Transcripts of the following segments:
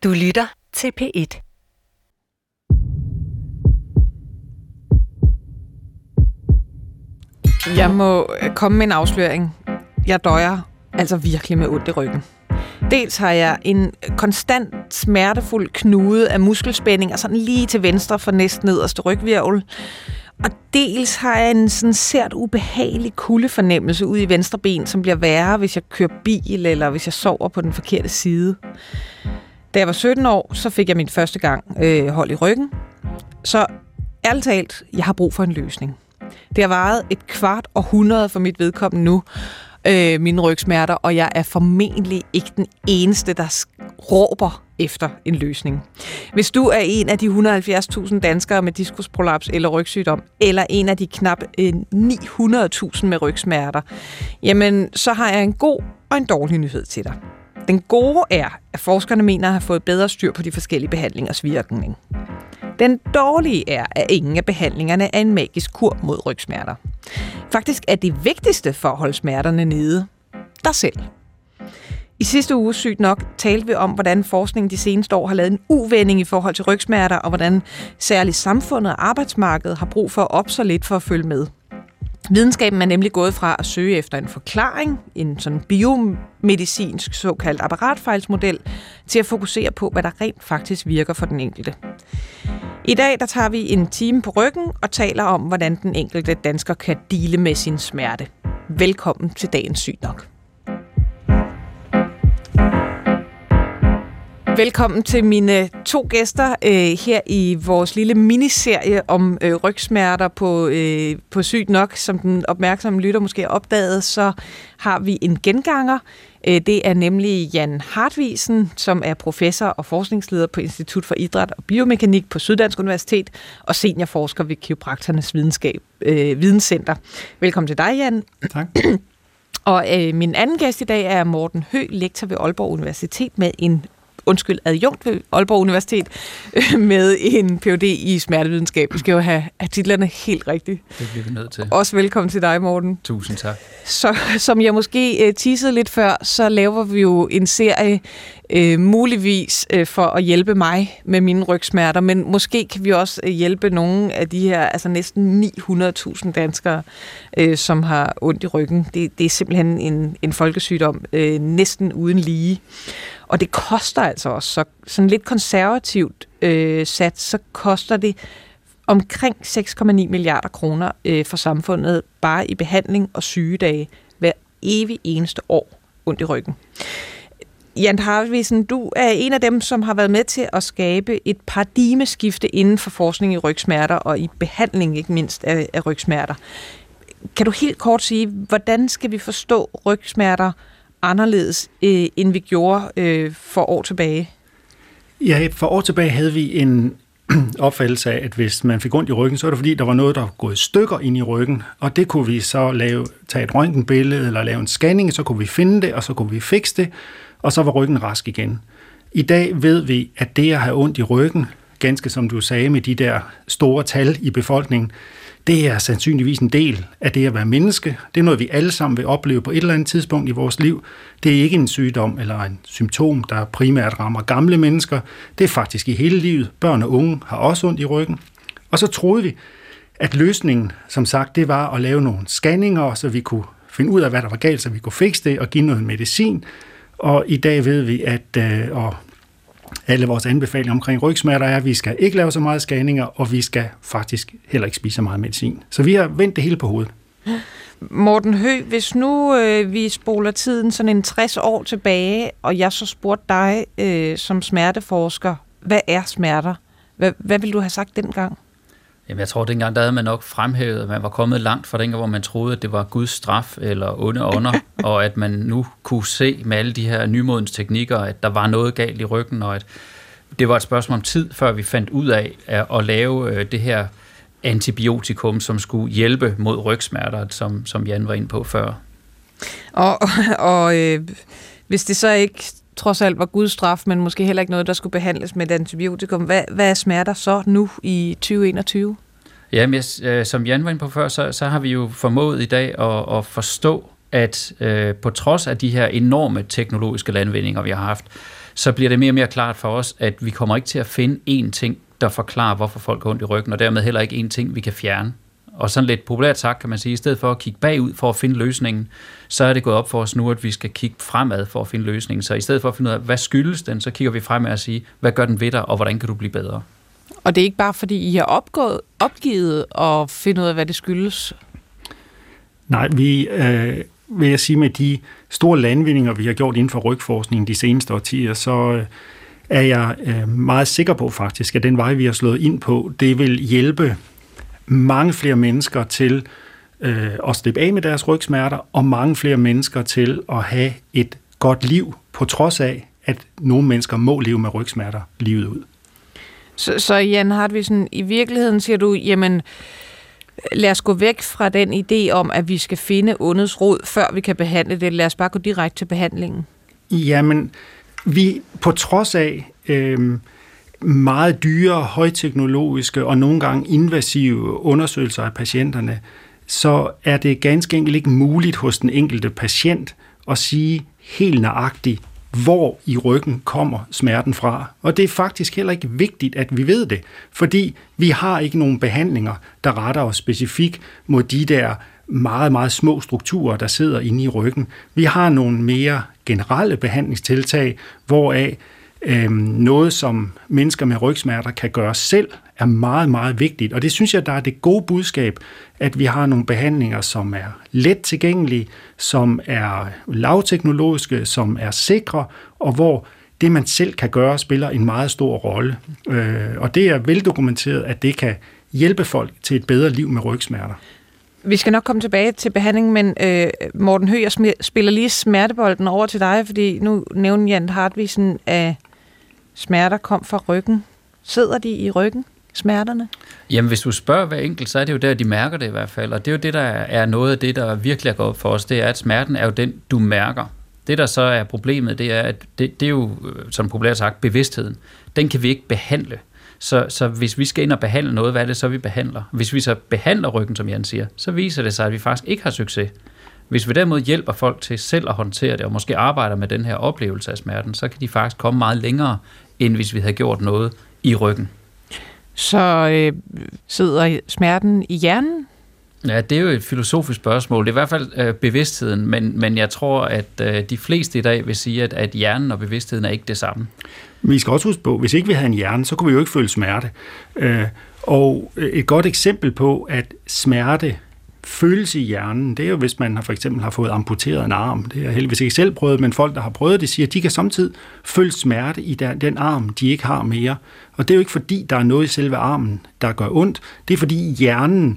Du lytter til P1. Jeg må komme med en afsløring. Jeg døjer altså virkelig med ondt i ryggen. Dels har jeg en konstant smertefuld knude af muskelspændinger, sådan lige til venstre for næsten nederste rygvirvel. Og dels har jeg en sådan sært ubehagelig kuldefornemmelse ude i venstre ben, som bliver værre, hvis jeg kører bil, eller hvis jeg sover på den forkerte side. Da jeg var 17 år, så fik jeg min første gang hold i ryggen. Så ærligt talt, jeg har brug for en løsning. Det har varet et kvart århundrede for mit vedkommende nu, mine rygsmerter, og jeg er formentlig ikke den eneste, der råber efter en løsning. Hvis du er en af de 170.000 danskere med diskusprolaps eller rygsygdom, eller en af de knap 900.000 med rygsmerter, jamen så har jeg en god og en dårlig nyhed til dig. Den gode er, at forskerne mener at have fået bedre styr på de forskellige behandlingers virkning. Den dårlige er, at ingen af behandlingerne er en magisk kur mod rygsmerter. Faktisk er det vigtigste for at holde smerterne nede dig selv. I sidste uge, sygt nok, talte vi om, hvordan forskningen de seneste år har lavet en uvending i forhold til rygsmerter, og hvordan særligt samfundet og arbejdsmarkedet har brug for at op så lidt for at følge med. Videnskaben er nemlig gået fra at søge efter en forklaring, en sådan biomedicinsk såkaldt apparatfejlsmodel, til at fokusere på, hvad der rent faktisk virker for den enkelte. I dag der tager vi en time på ryggen og taler om, hvordan den enkelte dansker kan deale med sin smerte. Velkommen til dagens Sygt nok. Velkommen til mine to gæster her i vores lille miniserie om rygsmerter på Sygt nok. Som den opmærksomme lytter måske har opdaget, så har vi en genganger. Det er nemlig Jan Hartvigsen, som er professor og forskningsleder på Institut for Idræt og Biomekanik på Syddansk Universitet og seniorforsker ved Kiropraktorernes Videnscenter. Velkommen til dig, Jan. Tak. Og min anden gæst i dag er Morten Høgh, lektor ved Aalborg Universitet med en adjunkt ved Aalborg Universitet med en Ph.D. i smertevidenskab. Vi skal jo have titlerne helt rigtigt. Det bliver vi nødt til. Også velkommen til dig, Morten. Tusind tak. Så som jeg måske teasede lidt før, så laver vi jo en serie muligvis for at hjælpe mig med mine rygsmerter, men måske kan vi også hjælpe nogle af de her altså næsten 900.000 danskere, som har ondt i ryggen. Det er simpelthen en folkesygdom næsten uden lige. Og det koster altså også, så sådan lidt konservativt sat, så koster det omkring 6,9 milliarder kroner for samfundet, bare i behandling og sygedage, hver evig eneste år ondt i ryggen. Jan Hartvigsen, du er en af dem, som har været med til at skabe et paradigmeskifte inden for forskning i rygsmerter og i behandling ikke mindst af rygsmerter. Kan du helt kort sige, hvordan skal vi forstå rygsmerter anderledes, end vi gjorde for år tilbage? Ja, for år tilbage havde vi en opfattelse af, at hvis man fik ondt i ryggen, så var det fordi, der var noget, der var gået stykker ind i ryggen, og det kunne vi så tage et røntgenbillede eller lave en scanning, så kunne vi finde det, og så kunne vi fikse det, og så var ryggen rask igen. I dag ved vi, at det at have ondt i ryggen, ganske som du sagde med de der store tal i befolkningen, det er sandsynligvis en del af det at være menneske. Det er noget, vi alle sammen vil opleve på et eller andet tidspunkt i vores liv. Det er ikke en sygdom eller en symptom, der primært rammer gamle mennesker. Det er faktisk i hele livet. Børn og unge har også ondt i ryggen. Og så troede vi, at løsningen, som sagt, det var at lave nogle scanninger, så vi kunne finde ud af, hvad der var galt, så vi kunne fikse det og give noget medicin. Og i dag ved vi, at alle vores anbefalinger omkring rygsmerter er, at vi skal ikke lave så meget scanninger, og vi skal faktisk heller ikke spise så meget medicin. Så vi har vendt det hele på hovedet. Morten Høgh, hvis nu vi spoler tiden sådan en 60 år tilbage, og jeg så spurgte dig som smerteforsker, hvad er smerter? Hvad ville du have sagt dengang? Jamen, jeg tror, dengang der havde man nok fremhævet, at man var kommet langt fra dengang, hvor man troede, at det var Guds straf eller onde ånder, og at man nu kunne se med alle de her nymodens teknikker, at der var noget galt i ryggen, og at det var et spørgsmål om tid, før vi fandt ud af at lave det her antibiotikum, som skulle hjælpe mod rygsmerter, som Jan var inde på før. Og hvis det så ikke trods alt var Guds straf, men måske heller ikke noget, der skulle behandles med et antibiotikum, hvad er smerter så nu i 2021? Jamen, som Jan var inde på før, så har vi jo formået i dag at forstå, at på trods af de her enorme teknologiske landvindinger, vi har haft, så bliver det mere og mere klart for os, at vi kommer ikke til at finde én ting, der forklarer, hvorfor folk har ondt i ryggen, og dermed heller ikke én ting, vi kan fjerne. Og sådan lidt populært sagt, kan man sige, i stedet for at kigge bagud for at finde løsningen, så er det gået op for os nu, at vi skal kigge fremad for at finde løsningen. Så i stedet for at finde ud af, hvad skyldes den, så kigger vi fremad og siger, hvad gør den ved dig, og hvordan kan du blive bedre? Og det er ikke bare, fordi I har opgivet at finde ud af, hvad det skyldes? Nej, vi vil jeg sige, med de store landvindinger, vi har gjort inden for rygforskningen de seneste årtier, så er jeg meget sikker på faktisk, at den vej, vi har slået ind på, det vil hjælpe mange flere mennesker til at slippe af med deres rygsmerter, og mange flere mennesker til at have et godt liv, på trods af, at nogle mennesker må leve med rygsmerter livet ud. Så Jan Hartvigsen, i virkeligheden siger du, jamen lad os gå væk fra den idé om, at vi skal finde ondets rod, før vi kan behandle det. Lad os bare gå direkte til behandlingen. Jamen, vi på trods af meget dyre, højteknologiske og nogle gange invasive undersøgelser af patienterne, så er det ganske enkelt ikke muligt hos den enkelte patient at sige helt nøjagtigt, hvor i ryggen kommer smerten fra. Og det er faktisk heller ikke vigtigt, at vi ved det, fordi vi har ikke nogen behandlinger, der retter os specifikt mod de der meget, meget små strukturer, der sidder inde i ryggen. Vi har nogle mere generelle behandlingstiltag, hvoraf noget, som mennesker med rygsmerter kan gøre selv, er meget, meget vigtigt. Og det synes jeg, der er det gode budskab, at vi har nogle behandlinger, som er let tilgængelige, som er lavteknologiske, som er sikre, og hvor det, man selv kan gøre, spiller en meget stor rolle. Og det er veldokumenteret, at det kan hjælpe folk til et bedre liv med rygsmerter. Vi skal nok komme tilbage til behandlingen, men Morten Høgh, jeg spiller lige smertebolden over til dig, fordi nu nævner Jan Hartvigsen, at smerter kom fra ryggen. Sidder de i ryggen, smerterne? Jamen, hvis du spørger hver enkelt, så er det jo der, de mærker det i hvert fald. Og det er jo det, der er noget af det, der virkelig er gået op for os. Det er, at smerten er jo den, du mærker. Det, der så er problemet, det er, at det er jo, som populært sagt, bevidstheden. Den kan vi ikke behandle. Så hvis vi skal ind og behandle noget, hvad er det så, vi behandler? Hvis vi så behandler ryggen, som Jan siger, så viser det sig, at vi faktisk ikke har succes. Hvis vi derimod hjælper folk til selv at håndtere det, og måske arbejder med den her oplevelse af smerten, så kan de faktisk komme meget længere, end hvis vi havde gjort noget i ryggen. Så sidder smerten i hjernen? Ja, det er jo et filosofisk spørgsmål. Det er i hvert fald bevidstheden, men jeg tror, at de fleste i dag vil sige, at hjernen og bevidstheden er ikke det samme. Vi skal også huske på, hvis ikke vi havde en hjerne, så kunne vi jo ikke føle smerte. Og et godt eksempel på, at smerte føles i hjernen, det er jo, hvis man for eksempel har fået amputeret en arm. Det er heldigvis ikke selv prøvet, men folk, der har prøvet det, siger, at de kan samtidig føle smerte i den arm, de ikke har mere. Og det er jo ikke fordi, der er noget i selve armen, der gør ondt. Det er fordi hjernen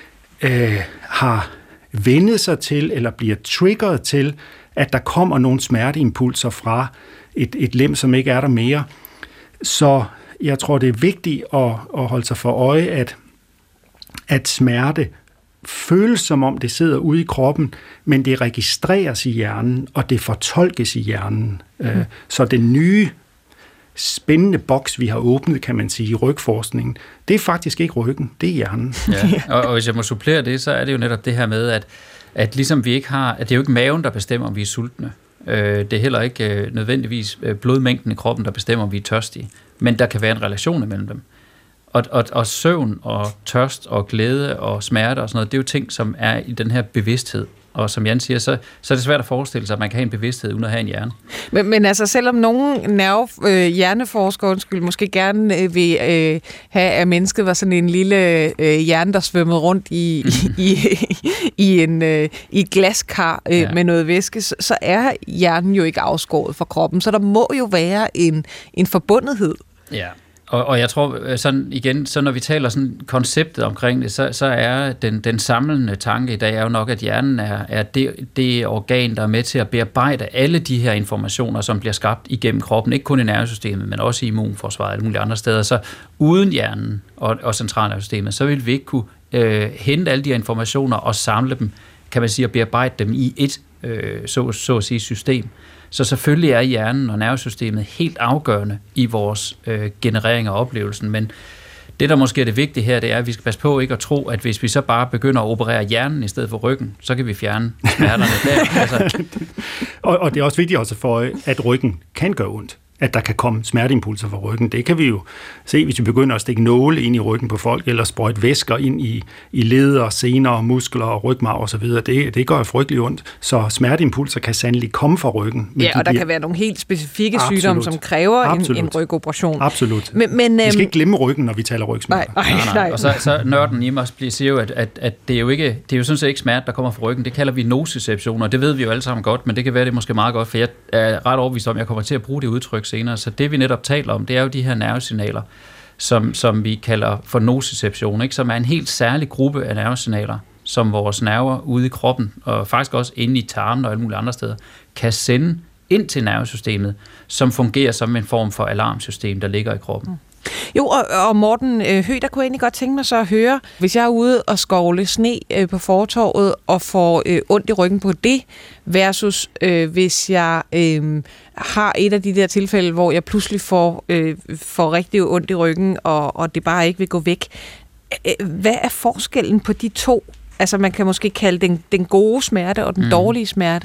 har vendet sig til, eller bliver triggeret til, at der kommer nogle smerteimpulser fra et lem, som ikke er der mere. Så jeg tror, det er vigtigt at holde sig for øje, at smerte føles som om det sidder ude i kroppen, men det registreres i hjernen, og det fortolkes i hjernen. Så den nye spændende boks, vi har åbnet, kan man sige, i rygforskningen, det er faktisk ikke ryggen, det er hjernen. Ja, og hvis jeg må supplere det, så er det jo netop det her med, at ligesom vi ikke har, at det er jo ikke maven, der bestemmer, om vi er sultne. Det er heller ikke nødvendigvis blodmængden i kroppen, der bestemmer, om vi er tørstige, men der kan være en relation imellem dem. Og søvn og tørst og glæde og smerte og sådan noget, det er jo ting, som er i den her bevidsthed. Og som Jan siger, så er det svært at forestille sig, at man kan have en bevidsthed uden at have en hjerne. Men altså, selvom nogle hjerneforskere måske gerne vil have, at mennesket var sådan en lille hjerne, der svømmede rundt i et glaskar med noget væske, så er hjernen jo ikke afskåret fra kroppen. Så der må jo være en forbundethed. Ja. Og jeg tror, sådan igen, så når vi taler sådan konceptet omkring det, så er den samlende tanke i dag er jo nok, at hjernen er det organ, der er med til at bearbejde alle de her informationer, som bliver skabt igennem kroppen, ikke kun i nervesystemet, men også i immunforsvaret og alle mulige andre steder. Så uden hjernen og centralnervesystemet, så vil vi ikke kunne hente alle de her informationer og samle dem, kan man sige, og bearbejde dem i et, så at sige, system. Så selvfølgelig er hjernen og nervesystemet helt afgørende i vores generering af oplevelsen, men det, der måske er det vigtige her, det er, at vi skal passe på ikke at tro, at hvis vi så bare begynder at operere hjernen i stedet for ryggen, så kan vi fjerne smerterne der. Altså. Og det er også vigtigt også for, at ryggen kan gøre ondt. at der kan komme smerteimpulser fra ryggen. Det kan vi jo se, hvis vi begynder at stikke nåle ind i ryggen på folk, eller sprøjte væsker ind i leder, sener, muskler og rygmarv osv. Det gør jo frygtelig ondt. Så smerteimpulser kan sandelig komme fra ryggen. Ja, og der kan være nogle helt specifikke sygdomme, som kræver en rygoperation. Absolut. Men vi skal ikke glemme ryggen, når vi taler rygsmerter. Nej. Og så nørden i mig siger jo, at det er jo sådan set ikke smerte, der kommer fra ryggen. Det kalder vi nociception, og det ved vi jo alle sammen godt, men det kan være, det er måske meget godt, for jeg er ret overbevist om, at jeg kommer til at bruge det udtryk senere. Så det, vi netop taler om, det er jo de her nervesignaler, som vi kalder for nociception, ikke? Som er en helt særlig gruppe af nervesignaler, som vores nerver ude i kroppen, og faktisk også inde i tarmen og alle mulige andre steder, kan sende ind til nervesystemet, som fungerer som en form for alarmsystem, der ligger i kroppen. Jo, og Morten Høgh, der kunne jeg egentlig godt tænke mig så at høre, hvis jeg er ude og skovle sne på fortovet og får ondt i ryggen på det, versus hvis jeg har et af de der tilfælde, hvor jeg pludselig får rigtig ondt i ryggen, og det bare ikke vil gå væk. Hvad er forskellen på de to? Altså man kan måske kalde den gode smerte og den dårlige smerte.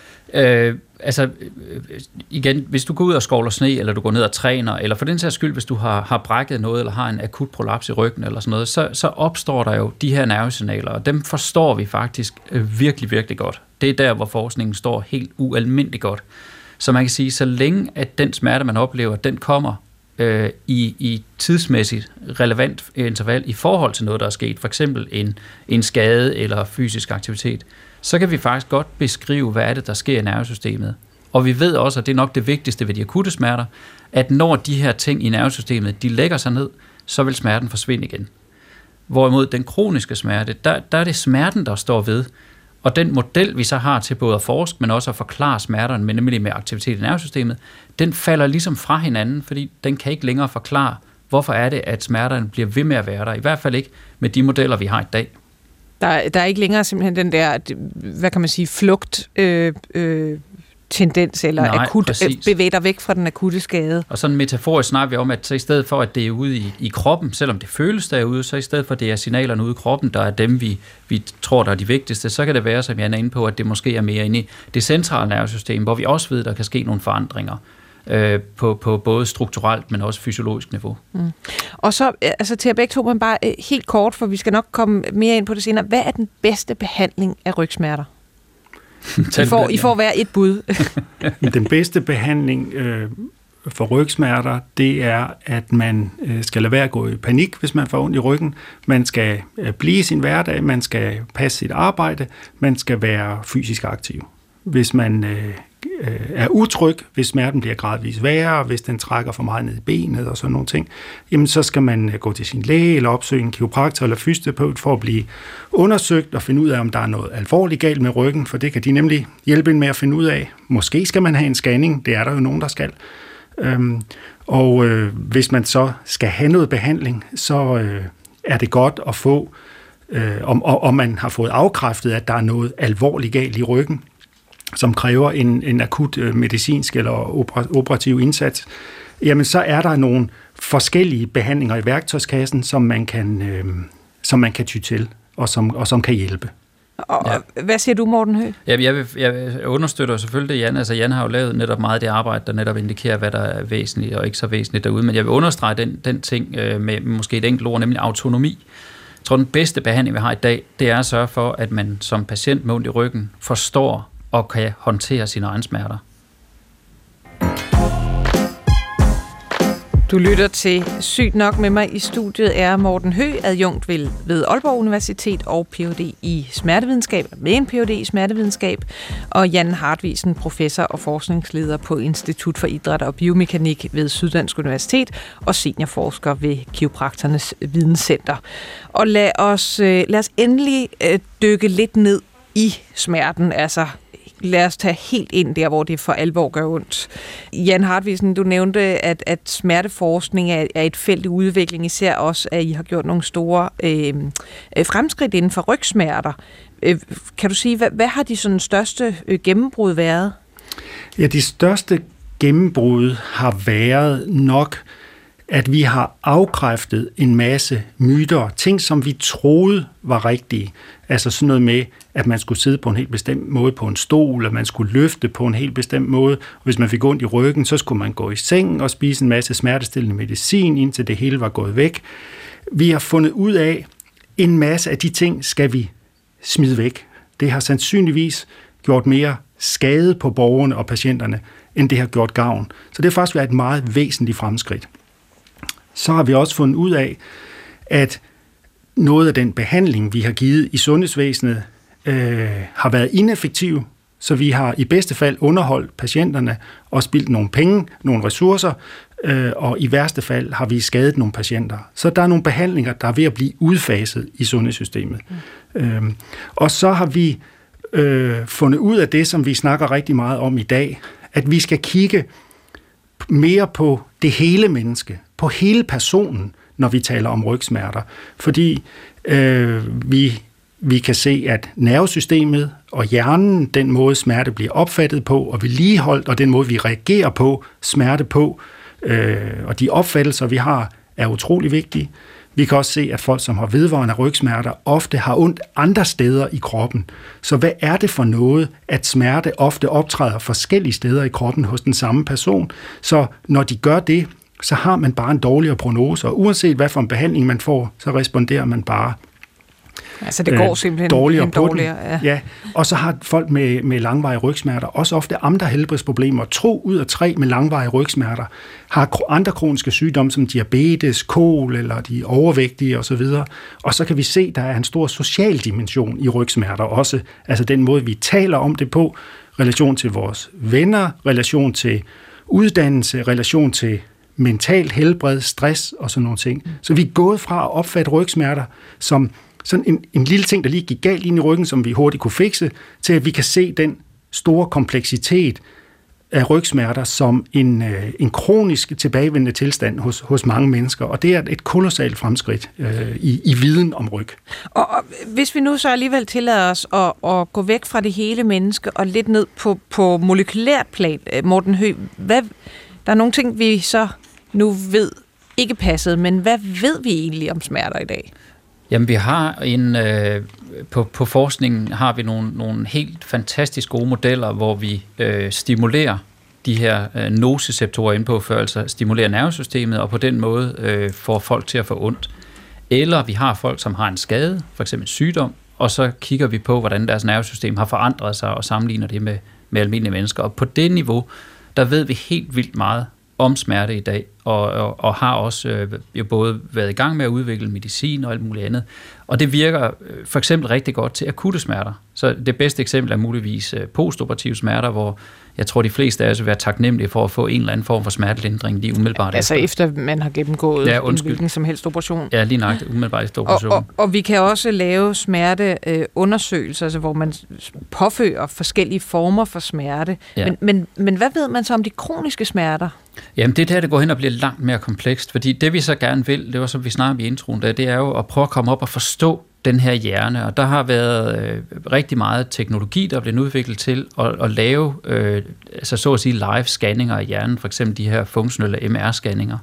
Igen, hvis du går ud og skovler sne, eller du går ned og træner, eller for den sags skyld, hvis du har brækket noget, eller har en akut prolaps i ryggen, eller sådan noget, så opstår der jo de her nervesignaler, og dem forstår vi faktisk virkelig, virkelig godt. Det er der, hvor forskningen står helt ualmindeligt godt. Så man kan sige, så længe at den smerte, man oplever, den kommer i tidsmæssigt relevant interval i forhold til noget, der er sket, for eksempel en skade eller fysisk aktivitet, så kan vi faktisk godt beskrive, hvad er det, der sker i nervesystemet. Og vi ved også, at det er nok det vigtigste ved de akutte smerter, at når de her ting i nervesystemet, de lægger sig ned, så vil smerten forsvinde igen. Hvorimod den kroniske smerte, der er det smerten, der står ved. Og den model, vi så har til både at forske, men også at forklare smerterne, men nemlig med aktivitet i nervesystemet, den falder ligesom fra hinanden, fordi den kan ikke længere forklare, hvorfor er det, at smerterne bliver ved med at være der. I hvert fald ikke med de modeller, vi har i dag. Der er ikke længere simpelthen den der, hvad kan man sige, flugt tendens, eller akut bevæge dig væk fra den akutte skade. Og sådan metaforisk snakker vi om, at så i stedet for, at det er ude i kroppen, selvom det føles derude, så i stedet for, at det er signalerne ude i kroppen, der er dem, vi tror, der er de vigtigste, så kan det være, som jeg er inde på, at det måske er mere inde i det centrale nervesystem, hvor vi også ved, der kan ske nogle forandringer på både strukturelt, men også fysiologisk niveau. Og så altså til at begge to, men bare helt kort, for vi skal nok komme mere ind på det senere. Hvad er den bedste behandling af rygsmerter? I får hver et bud. Den bedste behandling for rygsmerter, det er, at man skal lade være at gå i panik, hvis man får ondt i ryggen. Man skal blive i sin hverdag, man skal passe sit arbejde, man skal være fysisk aktiv. Hvis man er utryg, hvis smerten bliver gradvist værre, hvis den trækker for meget ned i benet og sådan nogle ting, jamen så skal man gå til sin læge eller opsøge en kiropraktor eller fysioterapeut for at blive undersøgt og finde ud af, om der er noget alvorligt galt med ryggen, for det kan de nemlig hjælpe en med at finde ud af. Måske skal man have en scanning, det er der jo nogen, der skal. Hvis man så skal have noget behandling, så er det godt at få, om man har fået afkræftet, at der er noget alvorligt galt i ryggen, som kræver en akut medicinsk eller operativ indsats, jamen så er der nogle forskellige behandlinger i værktøjskassen, som man kan ty til, og som kan hjælpe. Og hvad siger du, Morten Høgh? Jeg understøtter selvfølgelig det, Jan. Altså Jan har jo lavet netop meget af det arbejde, der netop indikerer, hvad der er væsentligt og ikke så væsentligt derude. Men jeg vil understrege den ting med måske et enkelt ord, nemlig autonomi. Jeg tror, den bedste behandling, vi har i dag, det er at sørge for, at man som patient med ondt i ryggen forstår og kan håndtere sine egne smerter. Du lytter til Sygt nok. Med mig i studiet er Morten Høgh, adjunkt ved Aalborg Universitet og Ph.D. i smertevidenskab, med en Ph.D. i smertevidenskab, og Jan Hartvigsen, professor og forskningsleder på Institut for Idræt og Biomekanik ved Syddansk Universitet og seniorforsker ved Kiropraktorernes Videnscenter. Og lad os endelig dykke lidt ned i smerten, altså lad os tage helt ind der, hvor det for alvor gør ondt. Jan Hartvigsen, du nævnte, at smerteforskning er et felt i udvikling, især også, at I har gjort nogle store fremskridt inden for rygsmerter. Kan du sige, hvad har de sådan største gennembrud været? Ja, de største gennembrud har været nok, at vi har afkræftet en masse myter, ting som vi troede var rigtige. Altså sådan noget med, at man skulle sidde på en helt bestemt måde på en stol, at man skulle løfte på en helt bestemt måde. Hvis man fik ondt i ryggen, så skulle man gå i seng og spise en masse smertestillende medicin, indtil det hele var gået væk. Vi har fundet ud af, en masse af de ting skal vi smide væk. Det har sandsynligvis gjort mere skade på borgerne og patienterne, end det har gjort gavn. Så det har faktisk været et meget væsentligt fremskridt. Så har vi også fundet ud af, at noget af den behandling, vi har givet i sundhedsvæsenet, har været ineffektiv, så vi har i bedste fald underholdt patienterne og spildt nogle penge, nogle ressourcer, og i værste fald har vi skadet nogle patienter. Så der er nogle behandlinger, der er ved at blive udfaset i sundhedssystemet. Og så har vi fundet ud af det, som vi snakker rigtig meget om i dag, at vi skal kigge mere på det hele menneske, på hele personen, når vi taler om rygsmerter. Fordi vi kan se, at nervesystemet og hjernen, den måde smerte bliver opfattet på og vedligeholdt, og den måde vi reagerer på smerte på, og de opfattelser, vi har, er utrolig vigtige. Vi kan også se, at folk, som har vedvarende rygsmerter, ofte har ondt andre steder i kroppen. Så hvad er det for noget, at smerte ofte optræder forskellige steder i kroppen hos den samme person? Så når de gør det, så har man bare en dårligere prognose, og uanset hvad for en behandling man får, så responderer man bare altså det går simpelthen dårligere. Ja. Og så har folk med langvarige rygsmerter også ofte andre helbredsproblemer. 2 ud af 3 med langvarige rygsmerter har andre kroniske sygdomme som diabetes, kol eller de er overvægtige osv. Og så kan vi se, at der er en stor social dimension i rygsmerter også. Altså den måde, vi taler om det på, relation til vores venner, relation til uddannelse, relation til mental helbred, stress og sådan nogle ting. Så vi er gået fra at opfatte rygsmerter som sådan en lille ting, der lige gik galt ind i ryggen, som vi hurtigt kunne fikse, til at vi kan se den store kompleksitet af rygsmerter som en kronisk tilbagevendende tilstand hos mange mennesker. Og det er et kolossalt fremskridt i viden om ryg. Og hvis vi nu så alligevel tillader os at gå væk fra det hele menneske og lidt ned på molekylært plan, Morten Høgh, der er nogle ting, vi så nu ved ikke passede, men hvad ved vi egentlig om smerter i dag? Jamen, vi har på forskningen har vi nogle helt fantastisk gode modeller, hvor vi stimulerer de her nociceptorer indpåfører, altså stimulerer nervesystemet, og på den måde får folk til at få ondt. Eller vi har folk, som har en skade, for eksempel sygdom, og så kigger vi på, hvordan deres nervesystem har forandret sig, og sammenligner det med almindelige mennesker. Og på det niveau, der ved vi helt vildt meget om smerte i dag, og har også jo både været i gang med at udvikle medicin og alt muligt andet. Og det virker for eksempel rigtig godt til akutte smerter. Så det bedste eksempel er muligvis postoperative smerter, hvor jeg tror, de fleste af os vil være taknemmelige for at få en eller anden form for smertelindring lige umiddelbart. Altså efter man har gennemgået en hvilken som helst operation. Ja, lige nøjagtigt umiddelbart efter operation. Og vi kan også lave smerteundersøgelser, altså hvor man påfører forskellige former for smerte. Ja. Men hvad ved man så om de kroniske smerter? Jamen det er der, det går hen og bliver langt mere komplekst, fordi det vi så gerne vil, det var som vi snakker om i introen, det er jo at prøve at komme op og forstå den her hjerne, og der har været rigtig meget teknologi, der er blevet udviklet til at lave, altså så at sige live-scanninger af hjernen, for eksempel de her funktionelle MR-scanninger.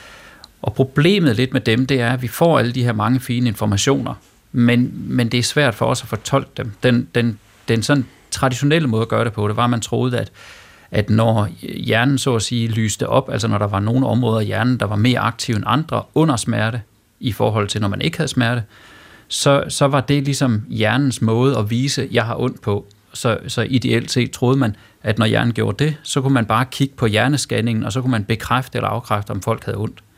Og problemet lidt med dem, det er, at vi får alle de her mange fine informationer, men det er svært for os at fortolke dem. Den sådan traditionelle måde at gøre det på, det var, at man troede, at når hjernen så at sige lyste op, altså når der var nogle områder af hjernen, der var mere aktive end andre under smerte, i forhold til når man ikke havde smerte, så var det ligesom hjernens måde at vise, at jeg har ondt på. Så ideelt set troede man, at når hjernen gjorde det, så kunne man bare kigge på hjernescanningen, og så kunne man bekræfte eller afkræfte, om folk havde ondt.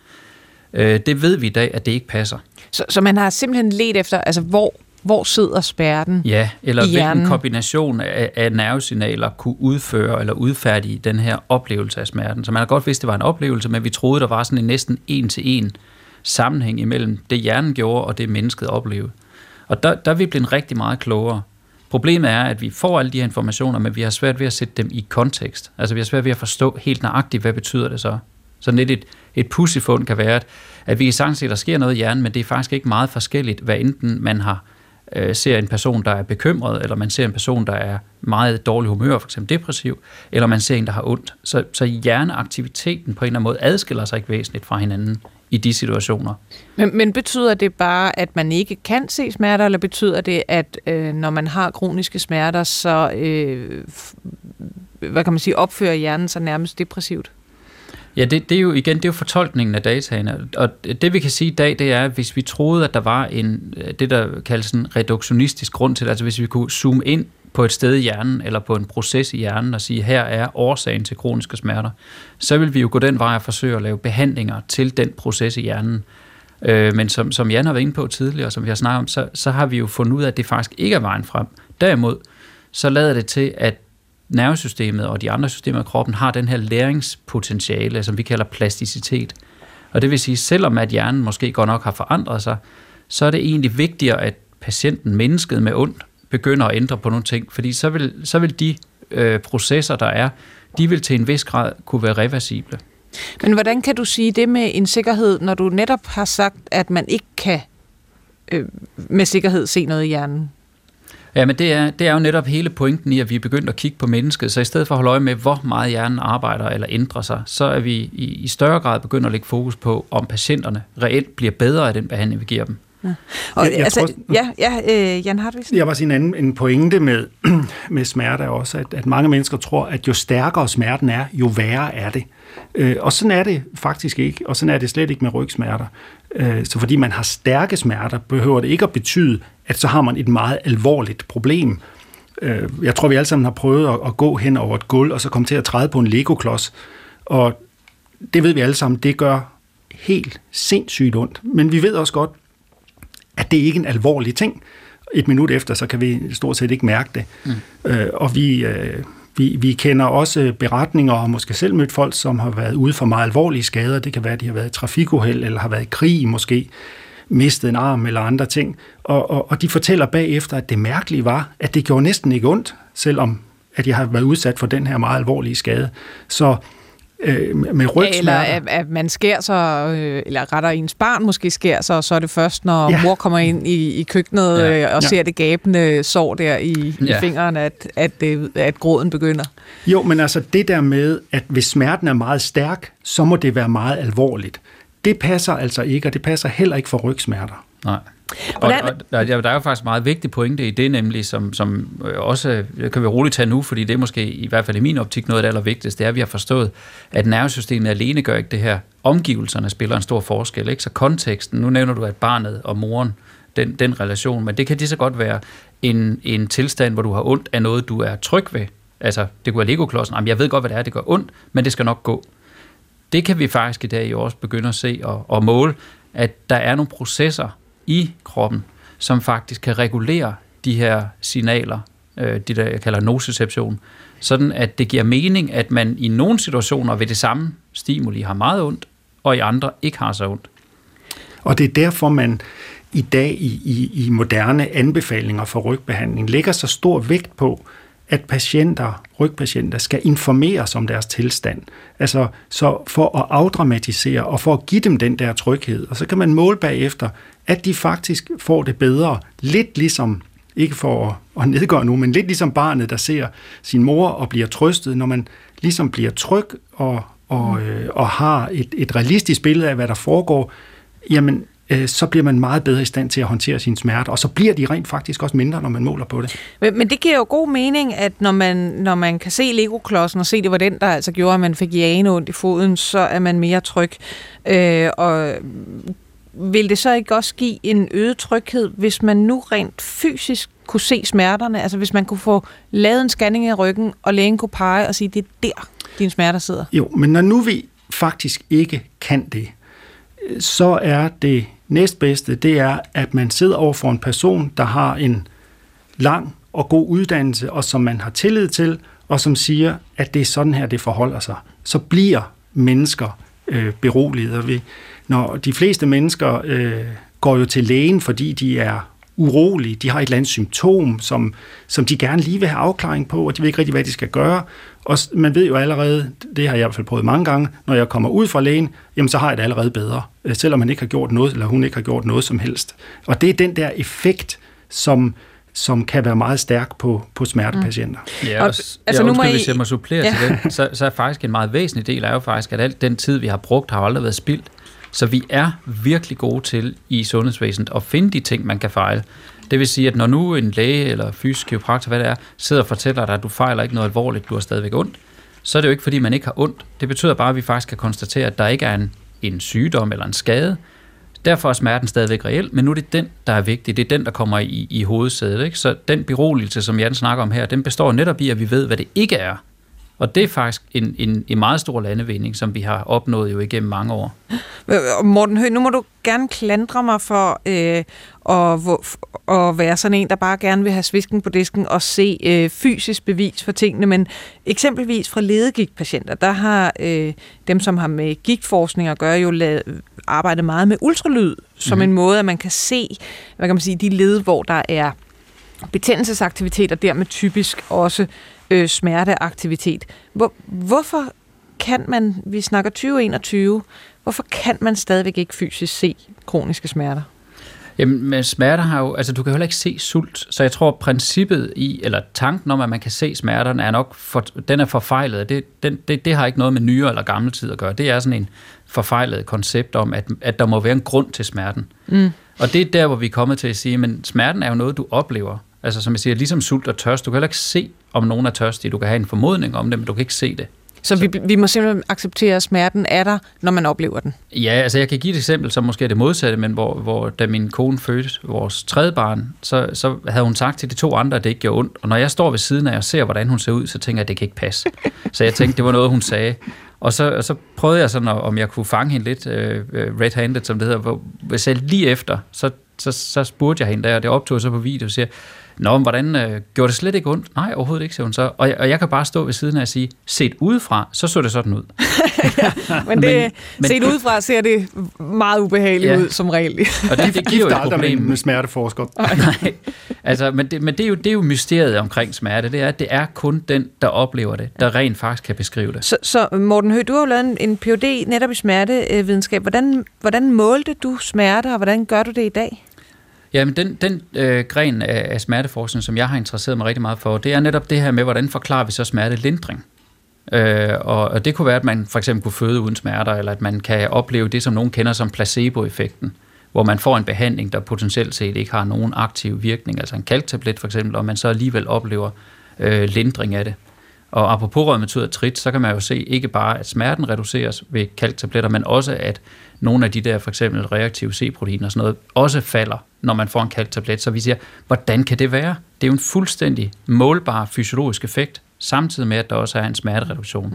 Det ved vi i dag, at det ikke passer. Så man har simpelthen ledt efter, altså hvor sidder smerten? Ja, eller hvilken kombination af nervesignaler kunne udføre eller udfærdige den her oplevelse af smerten. Så man har godt vidst, det var en oplevelse, men vi troede, der var sådan en næsten 1-til-1 sammenhæng imellem det, hjernen gjorde, og det, mennesket oplevede. Og der er vi blevet rigtig meget klogere. Problemet er, at vi får alle de her informationer, men vi har svært ved at sætte dem i kontekst. Altså vi har svært ved at forstå helt nøjagtigt, hvad betyder det så? Så lidt et pudsigt fund kan være, at vi kan sagtens se, at der sker noget i hjernen, men det er faktisk ikke meget forskelligt, hvad enten man har ser en person, der er bekymret, eller man ser en person, der er meget dårlig humør, for eksempel depressiv, eller man ser en, der har ondt. Så hjerneaktiviteten på en eller anden måde adskiller sig ikke væsentligt fra hinanden i de situationer. Men betyder det bare, at man ikke kan se smerter, eller betyder det, at når man har kroniske smerter, så hvad kan man sige, opfører hjernen sig nærmest depressivt? Ja, det er jo fortolkningen af dataene, og det vi kan sige i dag, det er, at hvis vi troede, at der var det der kaldes en reduktionistisk grund til, altså hvis vi kunne zoome ind på et sted i hjernen, eller på en proces i hjernen, og sige, her er årsagen til kroniske smerter, så vil vi jo gå den vej og forsøge at lave behandlinger til den proces i hjernen. Men som Jan har været inde på tidligere, og som vi har snakket om, så har vi jo fundet ud af, at det faktisk ikke er vejen frem. Derimod, så lader det til, at nervesystemet og de andre systemer i kroppen har den her læringspotentiale, som vi kalder plasticitet. Og det vil sige, selvom at hjernen måske godt nok har forandret sig, så er det egentlig vigtigere, at patienten, mennesket med ondt, begynder at ændre på nogle ting, fordi så vil de processer, der er, de vil til en vis grad kunne være reversible. Men hvordan kan du sige det med en sikkerhed, når du netop har sagt, at man ikke kan med sikkerhed se noget i hjernen? Ja, men det er jo netop hele pointen i, at vi er begyndt at kigge på mennesket, så i stedet for at holde øje med, hvor meget hjernen arbejder eller ændrer sig, så er vi i større grad begyndt at lægge fokus på, om patienterne reelt bliver bedre af den behandling, vi giver dem. Ja. Og Jan Hartvigsen? Jeg var sige en pointe med smerte er også, at mange mennesker tror, at jo stærkere smerten er, jo værre er det. Og sådan er det faktisk ikke, og sådan er det slet ikke med rygsmerter. Så fordi man har stærke smerter, behøver det ikke at betyde, at så har man et meget alvorligt problem. Jeg tror, vi alle sammen har prøvet at gå hen over et gulv, og så komme til at træde på en Lego-klods. Og det ved vi alle sammen, det gør helt sindssygt ondt. Men vi ved også godt, at det ikke er en alvorlig ting. Et minut efter, så kan vi stort set ikke mærke det. Og vi kender også beretninger, og måske selv mødt folk, som har været ude for meget alvorlige skader. Det kan være, at de har været i trafikuheld, eller har været i krig måske, mistet en arm eller andre ting. Og de fortæller bagefter, at det mærkelige var, at det gjorde næsten ikke ondt, selvom at jeg har været udsat for den her meget alvorlige skade. Så med rygsmerter. Eller at man skærer sig, eller rettere ens barn måske skærer sig, og så er det først, når mor kommer ind i køkkenet og ser det gabende sår der i fingeren, at gråden begynder. Jo, men altså det der med, at hvis smerten er meget stærk, så må det være meget alvorligt. Det passer altså ikke, og det passer heller ikke for rygsmerter. Nej. Og der er jo faktisk meget vigtig pointe i det, nemlig som også kan vi roligt tage nu, fordi det er måske i hvert fald i min optik noget af det allervigtigste, det er, at vi har forstået, at nervesystemet alene gør ikke det her. Omgivelserne spiller en stor forskel, ikke? Så konteksten, nu nævner du, at barnet og moren, den relation, men det kan lige så godt være en tilstand, hvor du har ondt af noget, du er tryg ved. Altså, det kunne være Lego-klodsen. Jamen, jeg ved godt, hvad det er, det gør ondt, men det skal nok gå. Det kan vi faktisk i dag jo også begynde at se og måle, at der er nogle processer i kroppen, som faktisk kan regulere de her signaler, de der jeg kalder nociception, sådan at det giver mening, at man i nogle situationer ved det samme stimuli har meget ondt, og i andre ikke har så ondt. Og det er derfor, man i dag i moderne anbefalinger for rygbehandling lægger så stor vægt på, at rygpatienter skal informeres om deres tilstand. Altså så for at afdramatisere og for at give dem den der tryghed. Og så kan man måle bagefter, at de faktisk får det bedre. Lidt ligesom, ikke for at nedgøre nu, men lidt ligesom barnet, der ser sin mor og bliver trøstet, når man ligesom bliver tryg og har et realistisk billede af, hvad der foregår, jamen så bliver man meget bedre i stand til at håndtere sine smerter, og så bliver de rent faktisk også mindre, når man måler på det. Men det giver jo god mening, at når man kan se Lego-klodsen og se, det var den, der altså gjorde, at man fik jagende ondt i foden, så er man mere tryg. Og vil det så ikke også give en øget tryghed, hvis man nu rent fysisk kunne se smerterne? Altså hvis man kunne få lavet en scanning af ryggen, og lægen kunne pege og sige, det er der, dine smerter sidder? Jo, men når nu vi faktisk ikke kan det, så er det næstbedste, det er, at man sidder over for en person, der har en lang og god uddannelse, og som man har tillid til, og som siger, at det er sådan her, det forholder sig. Så bliver mennesker beroliget. Når de fleste mennesker går jo til lægen, fordi de er urolige, de har et eller andet symptom, som de gerne lige vil have afklaring på, og de ved ikke rigtig, hvad de skal gøre. Og man ved jo allerede, det har jeg i hvert fald prøvet mange gange, når jeg kommer ud fra lægen, jamen så har jeg det allerede bedre, selvom man ikke har gjort noget, eller hun ikke har gjort noget som helst. Og det er den der effekt, som kan være meget stærk på smertepatienter. Ja, altså nu må hvis jeg må supplere til den, så er faktisk en meget væsentlig del er jo faktisk, at al den tid, vi har brugt, har aldrig været spildt. Så vi er virkelig gode til i sundhedsvæsenet at finde de ting, man kan fejle. Det vil sige, at når nu en læge eller fysisk kiropraktor, hvad det er, sidder og fortæller dig, at du fejler ikke noget alvorligt, du har stadigvæk ondt, så er det jo ikke, fordi man ikke har ondt. Det betyder bare, at vi faktisk kan konstatere, at der ikke er en sygdom eller en skade. Derfor er smerten stadigvæk reel, men nu er det den, der er vigtig. Det er den, der kommer i hovedsædet. Ikke? Så den beroligelse, som Jan snakker om her, den består netop i, at vi ved, hvad det ikke er. Og det er faktisk en meget stor landevinding, som vi har opnået jo igennem mange år. Morten Høgh, nu må du gerne klandre mig for at være sådan en, der bare gerne vil have svisken på disken og se fysisk bevis for tingene, men eksempelvis fra ledegigtpatienter, der har dem, som har med gigtforskning at gøre, jo arbejdet meget med ultralyd, som en måde, at man kan se, hvad kan man sige, de led, hvor der er betændelsesaktivitet, og dermed typisk også smerteaktivitet. Hvorfor kan man, vi snakker 2021, hvorfor kan man stadigvæk ikke fysisk se kroniske smerter? Jamen, men smerter har jo, altså du kan heller ikke se sult, så jeg tror princippet i, eller tanken om, at man kan se smerterne, er nok, den er forfejlet. Det har ikke noget med nyere eller gamle tid at gøre. Det er sådan en forfejlet koncept om, at der må være en grund til smerten. Og det er der, hvor vi er kommet til at sige, men smerten er jo noget, du oplever. Altså som jeg siger, ligesom sult og tørst. Du kan heller ikke se, om nogen er tørstig. Du kan have en formodning om det, men du kan ikke se det. Så vi må simpelthen acceptere, at smerten er der, når man oplever den? Ja, altså jeg kan give et eksempel, som måske er det modsatte, men hvor da min kone fødte vores tredje barn, så havde hun sagt til de to andre, at det ikke gjorde ondt. Og når jeg står ved siden af og ser, hvordan hun ser ud, så tænker jeg, at det kan ikke passe. Så jeg tænkte, det var noget, hun sagde. Og så prøvede jeg sådan, om jeg kunne fange hende lidt red-handed, som det hedder. Hvor jeg sagde lige efter, så spurgte jeg hende der, og det optog så på video, og siger, nå, men hvordan gjorde det slet ikke ondt? Nej, overhovedet ikke, siger hun så. Og jeg kan bare stå ved siden af og sige, set udefra, så det sådan ud. men set udefra ser det meget ubehageligt ud, som regel. Og det giver jo et problem med smerteforskere. Nej, altså, men det er jo mysteriet omkring smerte. Det er, at det er kun den, der oplever det, der rent faktisk kan beskrive det. Så Morten Høgh, du har jo lavet en Ph.D. netop i smertevidenskab. Hvordan målte du smerte, og hvordan gør du det i dag? Jamen, den gren af smerteforskning, som jeg har interesseret mig rigtig meget for, det er netop det her med, hvordan forklarer vi så smertelindring. Og det kunne være, at man for eksempel kunne føde uden smerter, eller at man kan opleve det, som nogen kender som placebo-effekten, hvor man får en behandling, der potentielt set ikke har nogen aktiv virkning, altså en kalktablet for eksempel, og man så alligevel oplever lindring af det. Og apropos rheumatoid artrit, så kan man jo se ikke bare, at smerten reduceres ved kalktabletter, men også, at nogle af de der for eksempel reaktive C-proteiner og sådan noget, også falder, når man får en kalktablet. Så vi siger, hvordan kan det være? Det er jo en fuldstændig målbar fysiologisk effekt, samtidig med, at der også er en smertereduktion.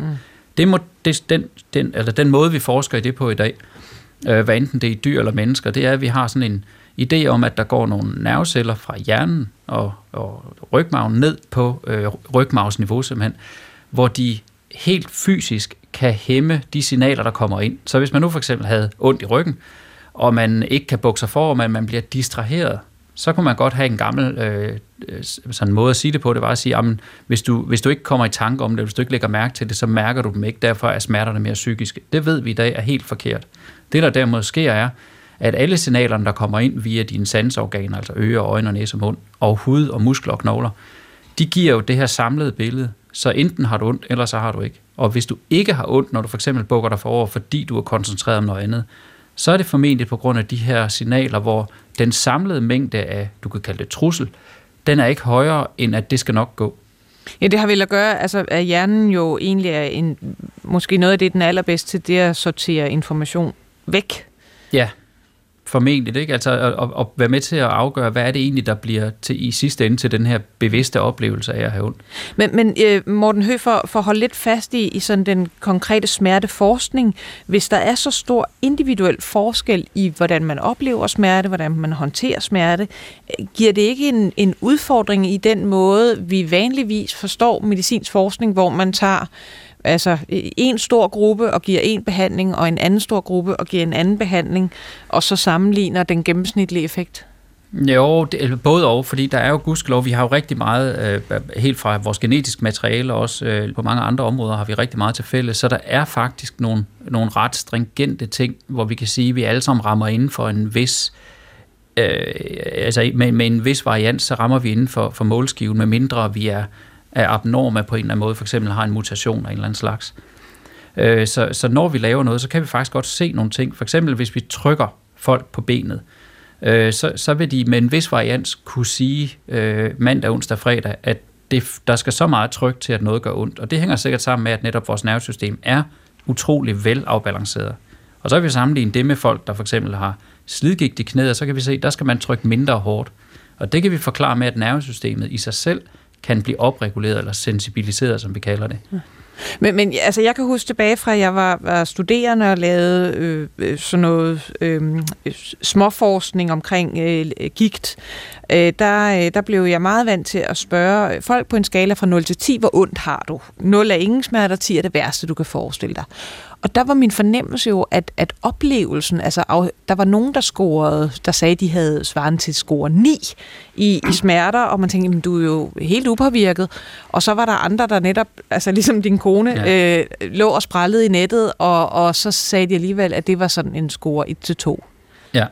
Den måde, vi forsker i det på i dag, hvad enten det er i dyr eller mennesker, det er, at vi har sådan en idé om, at der går nogle nerveceller fra hjernen og rygmarven ned på rygmarvsniveau simpelthen, hvor de helt fysisk kan hæmme de signaler, der kommer ind. Så hvis man nu for eksempel havde ondt i ryggen, og man ikke kan bukke sig for, men man bliver distraheret, så kunne man godt have en gammel sådan måde at sige det på. Det var at sige, at hvis du ikke kommer i tanke om det, hvis du ikke lægger mærke til det, så mærker du dem ikke. Derfor er smerterne mere psykiske. Det ved vi i dag er helt forkert. Det, der derimod sker, er, at alle signalerne, der kommer ind via dine sanseorganer, altså ører, øjne, næse og mund, og hud og muskler og knogler, de giver jo det her samlede billede. Så enten har du ondt, eller så har du ikke. Og hvis du ikke har ondt, når du for eksempel bukker dig forover, fordi du er koncentreret om noget andet, så er det formentlig på grund af de her signaler, hvor den samlede mængde af, du kan kalde det trussel, den er ikke højere, end at det skal nok gå. Ja, det har vel at gøre, altså at hjernen jo egentlig er måske noget af det, den er allerbedst til, det at sortere information væk. Ja, formentlig, ikke? Altså at være med til at afgøre, hvad er det egentlig, der bliver til i sidste ende til den her bevidste oplevelse af at have ondt. Men Morten Høgh, for at holde lidt fast i sådan den konkrete smerteforskning, hvis der er så stor individuel forskel i, hvordan man oplever smerte, hvordan man håndterer smerte, giver det ikke en udfordring i den måde, vi vanligvis forstår medicinsk forskning, hvor man tager altså en stor gruppe og giver en behandling, og en anden stor gruppe og giver en anden behandling, og så sammenligner den gennemsnitlige effekt? Jo, både og, fordi der er jo gudskelov, vi har jo rigtig meget, helt fra vores genetiske materiale, og også på mange andre områder har vi rigtig meget til fælles, så der er faktisk nogle ret stringente ting, hvor vi kan sige, at vi alle sammen rammer inden for en vis altså med en vis variant, så rammer vi inden for målskiven, med mindre vi er abnorme på en eller anden måde, for eksempel har en mutation af en eller anden slags. Så når vi laver noget, så kan vi faktisk godt se nogle ting. For eksempel hvis vi trykker folk på benet, så vil de med en vis variant kunne sige mandag, onsdag, fredag, at der skal så meget tryk til, at noget gør ondt. Og det hænger sikkert sammen med, at netop vores nervesystem er utrolig velafbalanceret. Og så vil vi sammenligne det med folk, der for eksempel har slidgigt i knæet, og så kan vi se, at der skal man trykke mindre hårdt. Og det kan vi forklare med, at nervesystemet i sig selv kan blive opreguleret eller sensibiliseret, som vi kalder det. Men altså, jeg kan huske tilbage fra, at jeg var studerende og lavede sådan noget småforskning omkring gigt. Der blev jeg meget vant til at spørge folk på en skala fra 0 til 10, hvor ondt har du? 0 er ingen smerte, og 10 er det værste, du kan forestille dig. Og der var min fornemmelse jo, at oplevelsen, altså der var nogen, der sagde, at de havde svaret til score 9 i smerter, og man tænkte, du er jo helt upåvirket. Og så var der andre, der netop, altså ligesom din kone, lå og sprællede i nettet, og så sagde de alligevel, at det var sådan en score 1-2. Ja.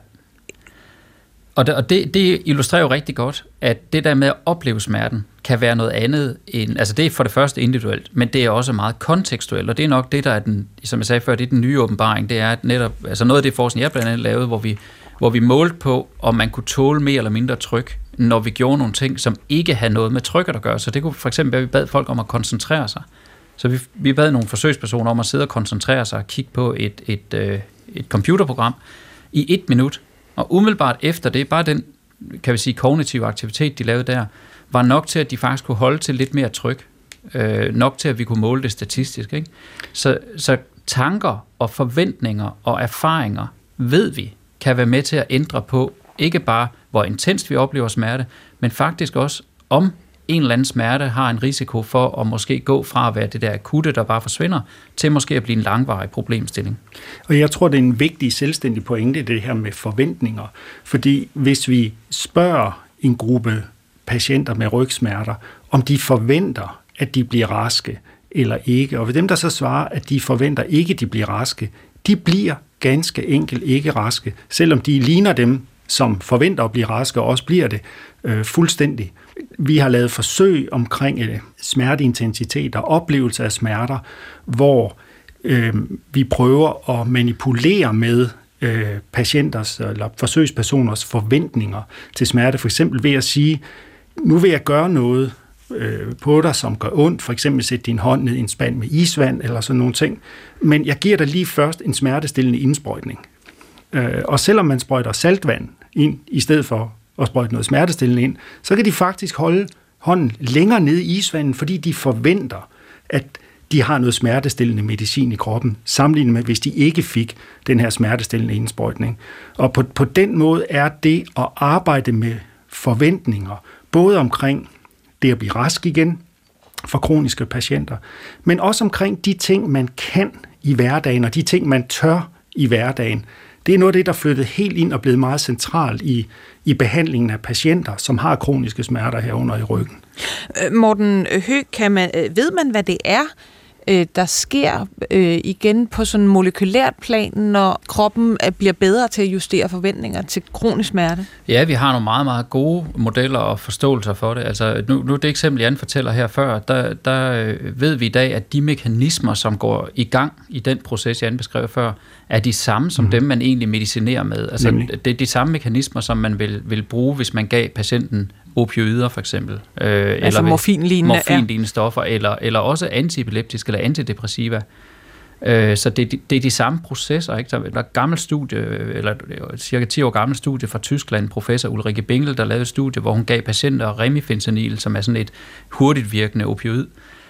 Og det illustrerer jo rigtig godt, at det der med at opleve smerten kan være noget andet end, altså det er for det første individuelt, men det er også meget kontekstuelt, og det er nok det, der er den, som jeg sagde før, det er den nye åbenbaring, det er at netop, altså noget af det forskning, jeg blandt andet lavede, hvor vi målte på, om man kunne tåle mere eller mindre tryk, når vi gjorde nogle ting, som ikke havde noget med trykket at gøre. Så det kunne for eksempel være, at vi bad folk om at koncentrere sig. Så vi bad nogle forsøgspersoner om at sidde og koncentrere sig og kigge på et computerprogram i 1 minut, og umiddelbart efter det, bare den, kan vi sige, kognitive aktivitet, de lavede der, var nok til, at de faktisk kunne holde til lidt mere tryk. Nok til, at vi kunne måle det statistisk. Ikke? Så tanker og forventninger og erfaringer, ved vi, kan være med til at ændre på, ikke bare hvor intenst vi oplever smerte, men faktisk også, om en eller anden smerte har en risiko for at måske gå fra at være det der akutte, der bare forsvinder, til måske at blive en langvarig problemstilling. Og jeg tror, det er en vigtig selvstændig pointe, det her med forventninger. Fordi hvis vi spørger en gruppe patienter med rygsmerter, om de forventer, at de bliver raske eller ikke, og ved dem, der så svarer, at de forventer ikke, at de bliver raske, de bliver ganske enkelt ikke raske, selvom de ligner dem, som forventer at blive raske, og også bliver det fuldstændig. Vi har lavet forsøg omkring smerteintensitet og oplevelse af smerter, hvor vi prøver at manipulere med patienters eller forsøgspersoners forventninger til smerte, for eksempel ved at sige, nu vil jeg gøre noget på dig, som gør ondt, for eksempel sætte din hånd ned i en spand med isvand eller sådan nogle ting, men jeg giver dig lige først en smertestillende indsprøjtning. Og selvom man sprøjter saltvand ind, i stedet for at sprøjte noget smertestillende ind, så kan de faktisk holde hånden længere nede i isvandet, fordi de forventer, at de har noget smertestillende medicin i kroppen, sammenlignet med, hvis de ikke fik den her smertestillende indsprøjtning. Og på den måde er det at arbejde med forventninger, både omkring det at blive rask igen for kroniske patienter, men også omkring de ting, man kan i hverdagen, og de ting, man tør i hverdagen. Det er noget af det, der er flyttet helt ind og blevet meget centralt i behandlingen af patienter, som har kroniske smerter herunder i ryggen. Morten Høegh, ved man, hvad det er, der sker igen på sådan molekylært plan, når kroppen bliver bedre til at justere forventninger til kronisk smerte? Ja, vi har nogle meget, meget gode modeller og forståelser for det. Altså, nu det eksempel, Jan fortæller her før, der ved vi i dag, at de mekanismer, som går i gang i den proces, Jan beskrev før, er de samme som dem, man egentlig medicinerer med. Altså, det er de samme mekanismer, som man vil bruge, hvis man gav patienten opioider for eksempel. Altså eller morfinlignende stoffer, eller også antiepileptiske eller antidepressiva. Så det er de samme processer. Ikke? Der er et gammelt studie, eller cirka 10 år gammelt studie fra Tyskland, professor Ulrike Bingel, der lavede et studie, hvor hun gav patienter remifentanil, som er sådan et hurtigt virkende opioid.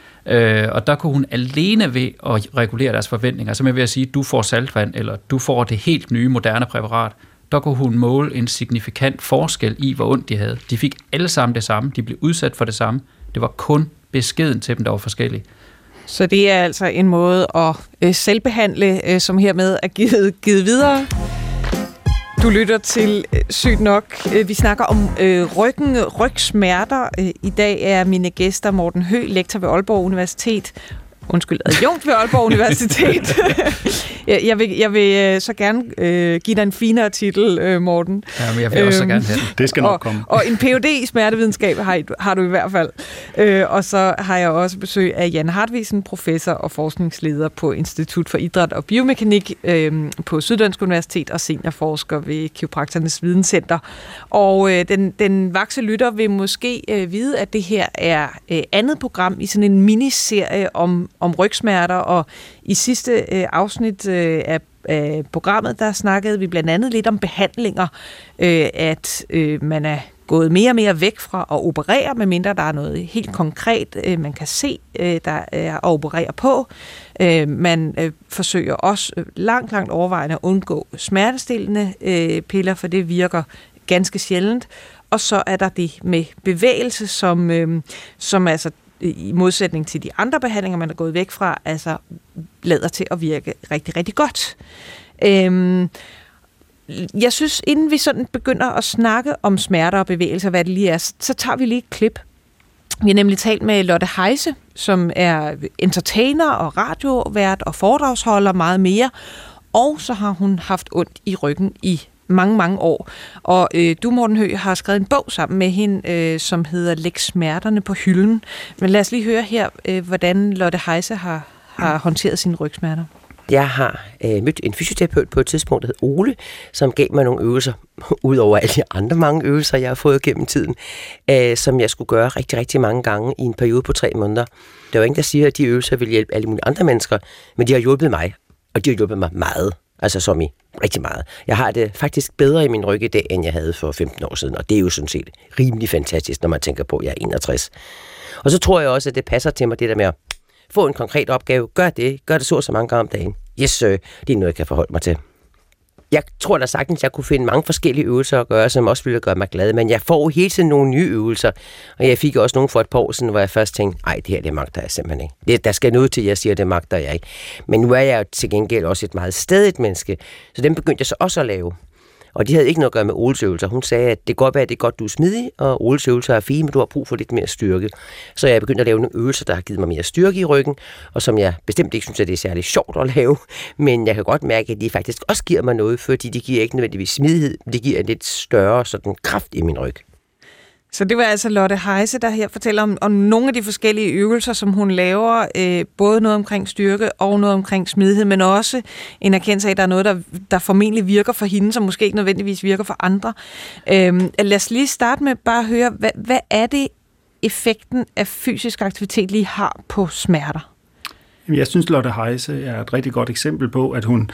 Og der kunne hun alene ved at regulere deres forventninger, som jeg vil sige, du får saltvand, eller du får det helt nye, moderne præparat, der kunne hun måle en signifikant forskel i, hvor ondt de havde. De fik alle sammen det samme, de blev udsat for det samme. Det var kun beskeden til dem, der var forskellige. Så det er altså en måde at selvbehandle, som hermed er givet videre. Du lytter til Sygt Nok. Vi snakker om rygsmerter. I dag er mine gæster Morten Høegh, lektor ved Aalborg Universitet, adjunkt ved Aalborg Universitet. Jeg vil så gerne give dig en finere titel, Morten. Ja, men jeg vil også så gerne have det. Skal nok komme. Og en Ph.D. i smertevidenskab har du i hvert fald. Og så har jeg også besøg af Jan Hartvigsen, professor og forskningsleder på Institut for Idræt og Biomekanik på Syddansk Universitet og seniorforsker ved Kiropraktorernes Videnscenter. Og den vakse lytter vil måske vide, at det her er andet program i sådan en miniserie om rygsmerter, og i sidste afsnit af programmet, der snakkede vi blandt andet lidt om behandlinger, at man er gået mere og mere væk fra at operere, medmindre der er noget helt konkret, man kan se, der er at operere på. Man forsøger også langt overvejende at undgå smertestillende piller, for det virker ganske sjældent. Og så er der det med bevægelse, som altså i modsætning til de andre behandlinger, man er gået væk fra, altså lader til at virke rigtig, rigtig godt. Jeg synes, inden vi sådan begynder at snakke om smerter og bevægelser, hvad det lige er, så tager vi lige et klip. Vi har nemlig talt med Lotte Heise, som er entertainer og radiovært og foredragsholder meget mere, og så har hun haft ondt i ryggen i mange år. Og du, Morten Høgh, har skrevet en bog sammen med hende, som hedder Læg smerterne på hylden. Men lad os lige høre her, hvordan Lotte Heise har håndteret sine rygsmerter. Jeg har mødt en fysioterapeut på et tidspunkt, der hed Ole, som gav mig nogle øvelser, ud over alle de andre mange øvelser, jeg har fået gennem tiden, som jeg skulle gøre rigtig mange gange i en periode på 3 måneder. Der var ingen, der siger, at de øvelser vil hjælpe alle mulige andre mennesker, men de har hjulpet mig, og de har hjulpet mig meget. Altså som i rigtig meget. Jeg har det faktisk bedre i min ryg i dag, end jeg havde for 15 år siden, og det er jo sådan set rimelig fantastisk, når man tænker på, at jeg er 61. Og så tror jeg også, at det passer til mig, det der med at få en konkret opgave. Gør det så mange gange om dagen. Yes, sir. Det er noget, jeg kan forholde mig til. Jeg tror da sagtens, at jeg kunne finde mange forskellige øvelser at gøre, som også ville gøre mig glad, men jeg får hele tiden nogle nye øvelser, og jeg fik også nogle for et par år siden, hvor jeg først tænkte, det her, det magter jeg simpelthen ikke. Der skal noget til, at jeg siger, det magter jeg ikke. Men nu er jeg jo til gengæld også et meget stædigt menneske, så dem begyndte jeg så også at lave. Og de havde ikke noget at gøre med Oles øvelser. Hun sagde, at det kan godt være, at det er godt, du er smidig, og Oles øvelser er fine, men du har brug for lidt mere styrke. Så jeg begyndte at lave nogle øvelser, der har givet mig mere styrke i ryggen, og som jeg bestemt ikke synes, at det er særlig sjovt at lave. Men jeg kan godt mærke, at de faktisk også giver mig noget, fordi de giver ikke nødvendigvis smidighed, men de giver en lidt større sådan kraft i min ryg. Så det var altså Lotte Heise, der her fortæller om nogle af de forskellige øvelser, som hun laver, både noget omkring styrke og noget omkring smidighed, men også en erkendelse af, at der er noget, der formentlig virker for hende, som måske ikke nødvendigvis virker for andre. Lad os lige starte med bare at høre, hvad er det effekten af fysisk aktivitet lige har på smerter? Jeg synes, Lotte Heise er et rigtig godt eksempel på, at hun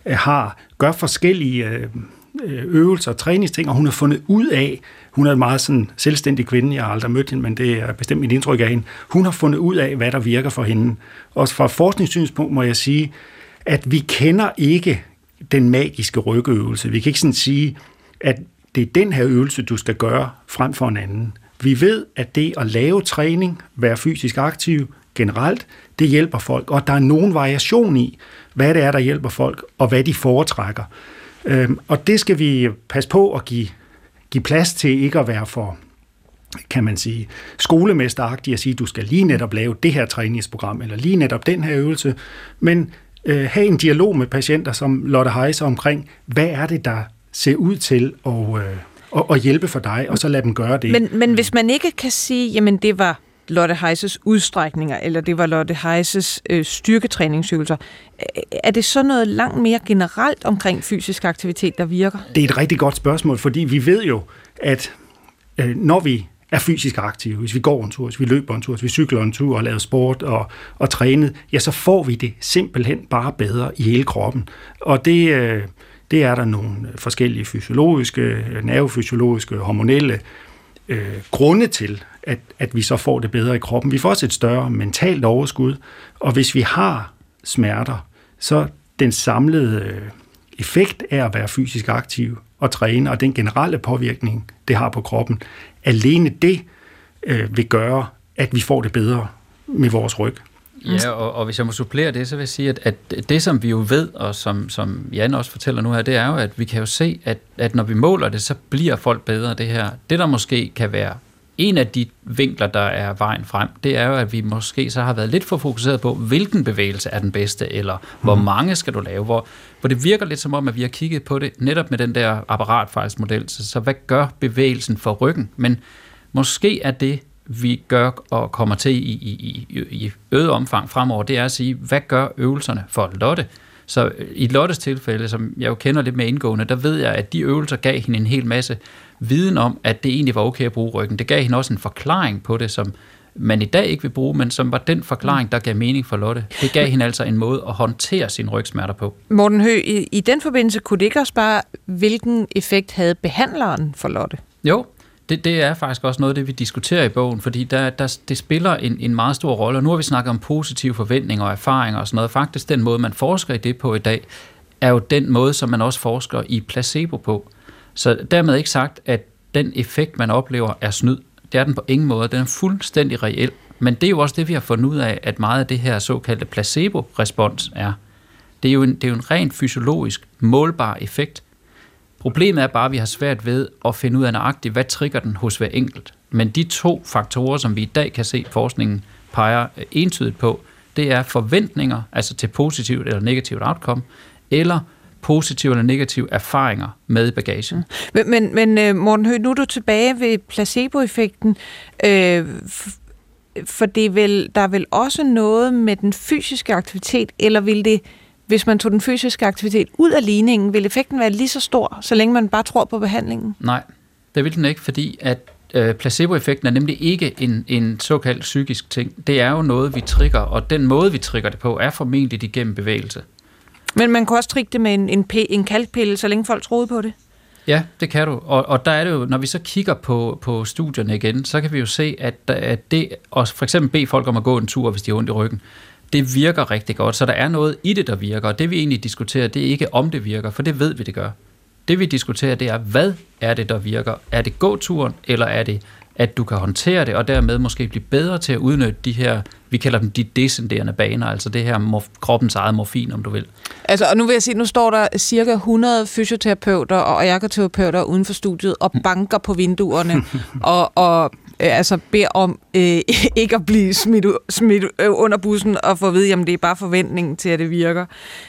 gør forskellige øvelser og træningsting, og hun har fundet ud af, hun er en meget sådan selvstændig kvinde, jeg har aldrig mødt hende, men det er bestemt mit indtryk af hende. Hun har fundet ud af, hvad der virker for hende. Også fra forskningssynspunkt må jeg sige, at vi kender ikke den magiske rygøvelse. Vi kan ikke sådan sige, at det er den her øvelse, du skal gøre frem for en anden. Vi ved, at det at lave træning, være fysisk aktiv generelt, det hjælper folk, og der er nogen variation i, hvad det er, der hjælper folk, og hvad de foretrækker. Og det skal vi passe på at give plads til, ikke at være for, kan man sige, skolemesteragtig at sige, du skal lige netop lave det her træningsprogram, eller lige netop den her øvelse, men have en dialog med patienter som Lotte Heise omkring, hvad er det, der ser ud til at hjælpe for dig, og så lad dem gøre det. Men hvis man ikke kan sige, jamen det var Lotte Heises udstrækninger, eller det var Lotte Heises styrketræningsøvelser. Er det så noget langt mere generelt omkring fysisk aktivitet, der virker? Det er et rigtig godt spørgsmål, fordi vi ved jo, at når vi er fysisk aktive, hvis vi går en tur, hvis vi løber en tur, hvis vi cykler en tur og laver sport og trænet, ja, så får vi det simpelthen bare bedre i hele kroppen. Og det er der nogle forskellige fysiologiske, nervefysiologiske, hormonelle grunde til, at vi så får det bedre i kroppen. Vi får også et større mentalt overskud, og hvis vi har smerter, så den samlede effekt af at være fysisk aktiv og træne, og den generelle påvirkning, det har på kroppen, alene det vil gøre, at vi får det bedre med vores ryg. Ja, og hvis jeg må supplere det, så vil jeg sige, at det, som vi jo ved, og som Jan også fortæller nu her, det er jo, at vi kan jo se, at når vi måler det, så bliver folk bedre det her. Det, der måske kan være en af de vinkler, der er vejen frem, det er jo, at vi måske så har været lidt for fokuseret på, hvilken bevægelse er den bedste, eller hvor mange skal du lave, hvor det virker lidt som om, at vi har kigget på det netop med den der apparatfejlsmodel, så hvad gør bevægelsen for ryggen? Men måske er det, vi gør og kommer til i øget omfang fremover, det er at sige, hvad gør øvelserne for Lotte? Så i Lottes tilfælde, som jeg jo kender lidt mere indgående, der ved jeg, at de øvelser gav hende en hel masse viden om, at det egentlig var okay at bruge ryggen. Det gav hende også en forklaring på det, som man i dag ikke vil bruge, men som var den forklaring, der gav mening for Lotte. Det gav hende altså en måde at håndtere sine rygsmerter på. Morten Høgh, i den forbindelse kunne det ikke også bare, hvilken effekt havde behandleren for Lotte? Jo, det er faktisk også noget af det, vi diskuterer i bogen, fordi det spiller en meget stor rolle, og nu har vi snakket om positive forventninger og erfaringer og sådan noget. Faktisk den måde, man forsker i det på i dag, er jo den måde, som man også forsker i placebo på. Så dermed ikke sagt, at den effekt, man oplever, er snyd. Det er den på ingen måde. Den er fuldstændig reel. Men det er jo også det, vi har fundet ud af, at meget af det her såkaldte placebo-respons er. Det er jo en rent fysiologisk, målbar effekt. Problemet er bare, at vi har svært ved at finde ud af nøjagtigt, hvad trigger den hos hver enkelt. Men de 2 faktorer, som vi i dag kan se, forskningen peger entydigt på, det er forventninger, altså til positivt eller negativt outcome, eller positive eller negative erfaringer med bagagen. Men Morten Høgh, nu er du tilbage ved placeboeffekten, for der er vel også noget med den fysiske aktivitet, eller vil det, hvis man tog den fysiske aktivitet ud af ligningen, vil effekten være lige så stor, så længe man bare tror på behandlingen? Nej, det vil den ikke, fordi at placeboeffekten er nemlig ikke en såkaldt psykisk ting. Det er jo noget, vi trigger, og den måde, vi trigger det på, er formentlig igennem bevægelse. Men man kan også trigge det med en kalkpille, så længe folk troede på det? Ja, det kan du. Og der er det jo, når vi så kigger på studierne igen, så kan vi jo se, at det, og for eksempel bede folk om at gå en tur, hvis de har ondt i ryggen, det virker rigtig godt. Så der er noget i det, der virker, og det vi egentlig diskuterer, det er ikke om det virker, for det ved vi, det gør. Det vi diskuterer, det er, hvad er det, der virker? Er det gåturen, eller er det, at du kan håndtere det, og dermed måske blive bedre til at udnytte de her, vi kalder dem de descenderende baner, altså det her kroppens eget morfin, om du vil. Altså, og nu vil jeg sige, nu står der cirka 100 fysioterapeuter og ergoterapeuter uden for studiet og banker på vinduerne og altså beder om ikke at blive smidt under bussen og få at vide, jamen det er bare forventningen til, at det virker.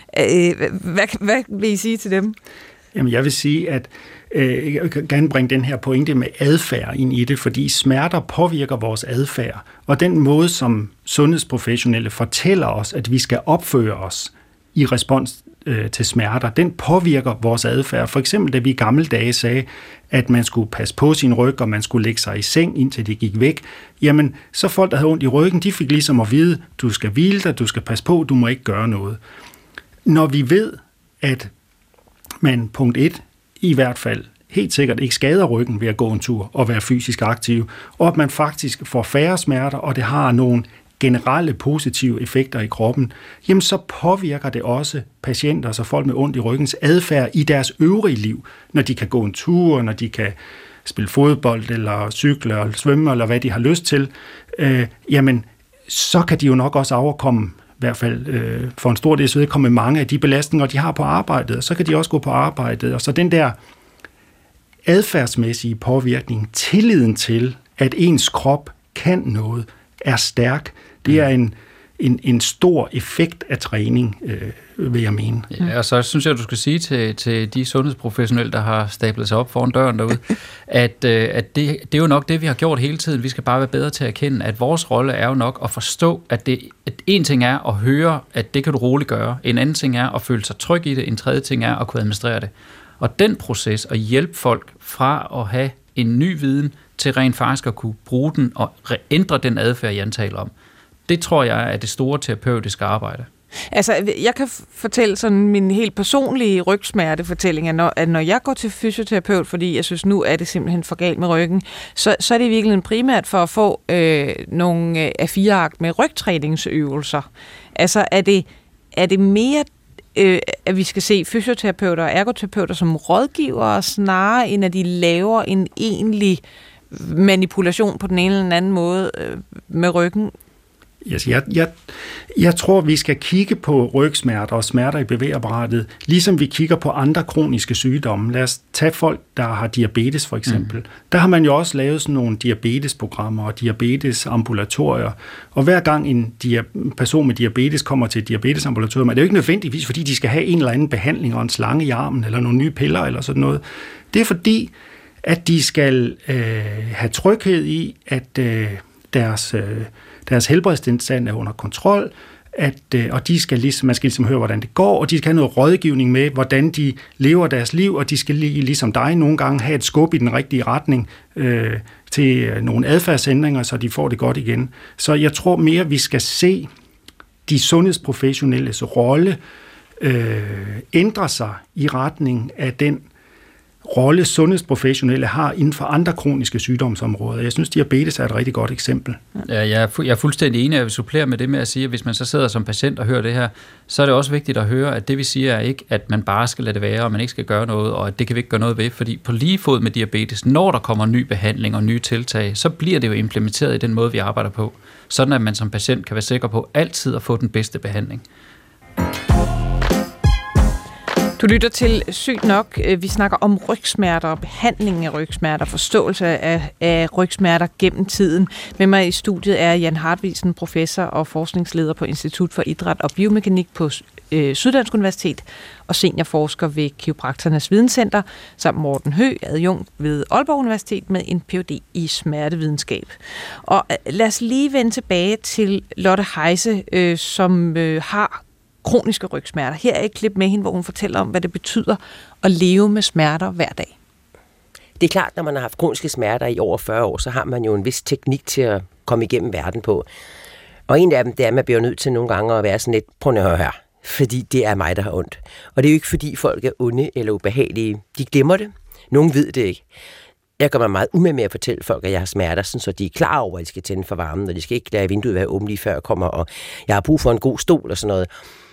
Hvad vil I sige til dem? Jamen, jeg vil sige, at jeg kan gerne bringe den her pointe med adfærd ind i det, fordi smerter påvirker vores adfærd, og den måde, som sundhedsprofessionelle fortæller os, at vi skal opføre os i respons til smerter, den påvirker vores adfærd. For eksempel, da vi i gamle dage sagde, at man skulle passe på sin ryg, og man skulle lægge sig i seng, indtil det gik væk, jamen, så folk, der havde ondt i ryggen, de fik ligesom at vide, du skal hvile dig, du skal passe på, du må ikke gøre noget. Når vi ved, at man punkt 1 i hvert fald helt sikkert ikke skader ryggen ved at gå en tur og være fysisk aktiv, og at man faktisk får færre smerter, og det har nogle generelle positive effekter i kroppen, jamen så påvirker det også patienter, så folk med ondt i ryggens adfærd i deres øvrige liv, når de kan gå en tur, når de kan spille fodbold, eller cykle, eller svømme, eller hvad de har lyst til, jamen så kan de jo nok også overkomme, i hvert fald for en stor del vedkommende, mange af de belastninger, de har på arbejdet, og så kan de også gå på arbejdet, og så den der adfærdsmæssige påvirkning, tilliden til, at ens krop kan noget, er stærk. Det er en stor effekt af træning, vil jeg mene. Ja, og så synes jeg, du skal sige til de sundhedsprofessionelle, der har stablet sig op foran døren derude, at det er jo nok det, vi har gjort hele tiden. Vi skal bare være bedre til at erkende, at vores rolle er jo nok at forstå, at en ting er at høre, at det kan du roligt gøre. En anden ting er at føle sig tryg i det. En tredje ting er at kunne administrere det. Og den proces at hjælpe folk fra at have en ny viden til rent faktisk at kunne bruge den og ændre den adfærd, jeg taler om, det tror jeg er det store terapeutiske arbejde. Altså, jeg kan fortælle sådan min helt personlige rygsmertefortælling, at når jeg går til fysioterapeut, fordi jeg synes, nu er det simpelthen for galt med ryggen, så er det virkelig primært for at få nogle A4-ark med rygtræningsøvelser. Altså, er det mere, at vi skal se fysioterapeuter og ergoterapeuter som rådgivere, snarere end at de laver en egentlig manipulation på den ene eller anden måde med ryggen? Jeg tror, vi skal kigge på rygsmerter og smerter i bevægeapparatet, ligesom vi kigger på andre kroniske sygdomme. Lad os tage folk, der har diabetes for eksempel. Der har man jo også lavet sådan nogle diabetesprogrammer og diabetesambulatorier. Og hver gang en person med diabetes kommer til et diabetesambulatorium, er det jo ikke nødvendigvis, fordi de skal have en eller anden behandling og en slange i armen, eller nogle nye piller eller sådan noget. Det er fordi, at de skal have tryghed i, at deres helbredstilstand er under kontrol, og de skal man skal ligesom høre, hvordan det går, og de skal have noget rådgivning med, hvordan de lever deres liv, og de skal ligesom dig nogle gange have et skub i den rigtige retning til nogle adfærdsændringer, så de får det godt igen. Så jeg tror mere, vi skal se de sundhedsprofessionelles rolle ændre sig i retning af den rolle sundhedsprofessionelle har inden for andre kroniske sygdomsområder. Jeg synes, diabetes er et rigtig godt eksempel. Ja, jeg er fuldstændig enig, og jeg vil supplere med det med at sige, at hvis man så sidder som patient og hører det her, så er det også vigtigt at høre, at det vi siger er ikke, at man bare skal lade det være, og man ikke skal gøre noget, og at det kan vi ikke gøre noget ved, fordi på lige fod med diabetes, når der kommer ny behandling og nye tiltag, så bliver det jo implementeret i den måde, vi arbejder på, sådan at man som patient kan være sikker på altid at få den bedste behandling. Du lytter til Sygt Nok. Vi snakker om rygsmerter og behandling af rygsmerter, forståelse af rygsmerter gennem tiden. Med mig i studiet er Jan Hartvigsen, professor og forskningsleder på Institut for Idræt og Biomekanik på Syddansk Universitet og seniorforsker ved Kiropraktorernes Videnscenter, samt Morten Høgh, adjunkt ved Aalborg Universitet med en Ph.D. i smertevidenskab. Og lad os lige vende tilbage til Lotte Heise, som har kroniske rygsmerter. Her er et klip med hende, hvor hun fortæller om, hvad det betyder at leve med smerter hver dag. Det er klart, når man har haft kroniske smerter i over 40 år, så har man jo en vis teknik til at komme igennem verden på. Og en af dem, det er, at man bliver nødt til nogle gange at være sådan lidt, prøv at høre her, fordi det er mig, der har ondt. Og det er jo ikke, fordi folk er onde eller ubehagelige. De glemmer det. Nogen ved det ikke. Jeg gør mig meget umage med at fortælle folk, at jeg har smerter, så de er klar over, at de skal tænde for varmen, og de skal ikke lade vinduet være åbent lige før jeg kommer, og jeg har brug for en god stol og sådan noget.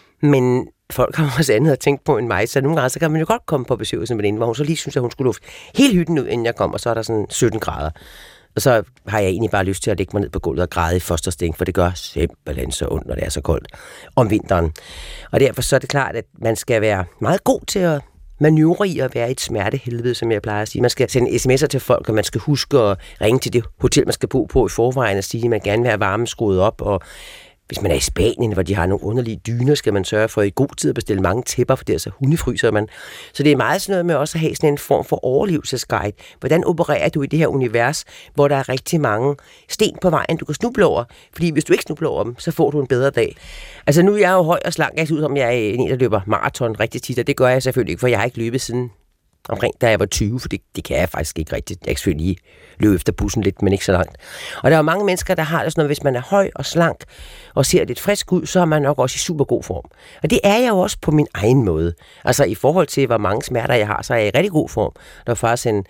Men folk har også andet at tænke på end mig, så nogle gange så kan man jo godt komme på besøg som veninde, hvor hun så lige synes, at hun skulle lufte hele hytten ud, inden jeg kom, og så er der sådan 17 grader. Og så har jeg egentlig bare lyst til at lægge mig ned på gulvet og græde i fosterstilling, for det gør simpelthen så ondt, når det er så koldt om vinteren. Og derfor så er det klart, at man skal være meget god til at manøvrere i at være et smertehelvede, som jeg plejer at sige. Man skal sende sms'er til folk, og man skal huske at ringe til det hotel, man skal bo på i forvejen, og sige, at man gerne vil have varmen skruet op, og hvis man er i Spanien, hvor de har nogle underlige dyner, skal man sørge for i god tid at bestille mange tæpper, for det er så hundefryser man. Så det er meget sådan noget med også at have sådan en form for overlevelsesguide. Hvordan opererer du i det her univers, hvor der er rigtig mange sten på vejen, du kan snuble over? Fordi hvis du ikke snubler over dem, så får du en bedre dag. Altså nu er jeg jo høj og slank, jeg ser ud som jeg er en, der løber maraton rigtig tit, og det gør jeg selvfølgelig ikke, for jeg har ikke løbet siden omkring, da jeg var 20, for det kan jeg faktisk ikke rigtigt. Jeg kan selvfølgelig lige løbe efter bussen lidt, men ikke så langt. Og der er jo mange mennesker, der har det sådan noget, hvis man er høj og slank og ser lidt frisk ud, så er man nok også i super god form. Og det er jeg jo også på min egen måde. Altså i forhold til, hvor mange smerter jeg har, så er jeg i rigtig god form. Der var faktisk en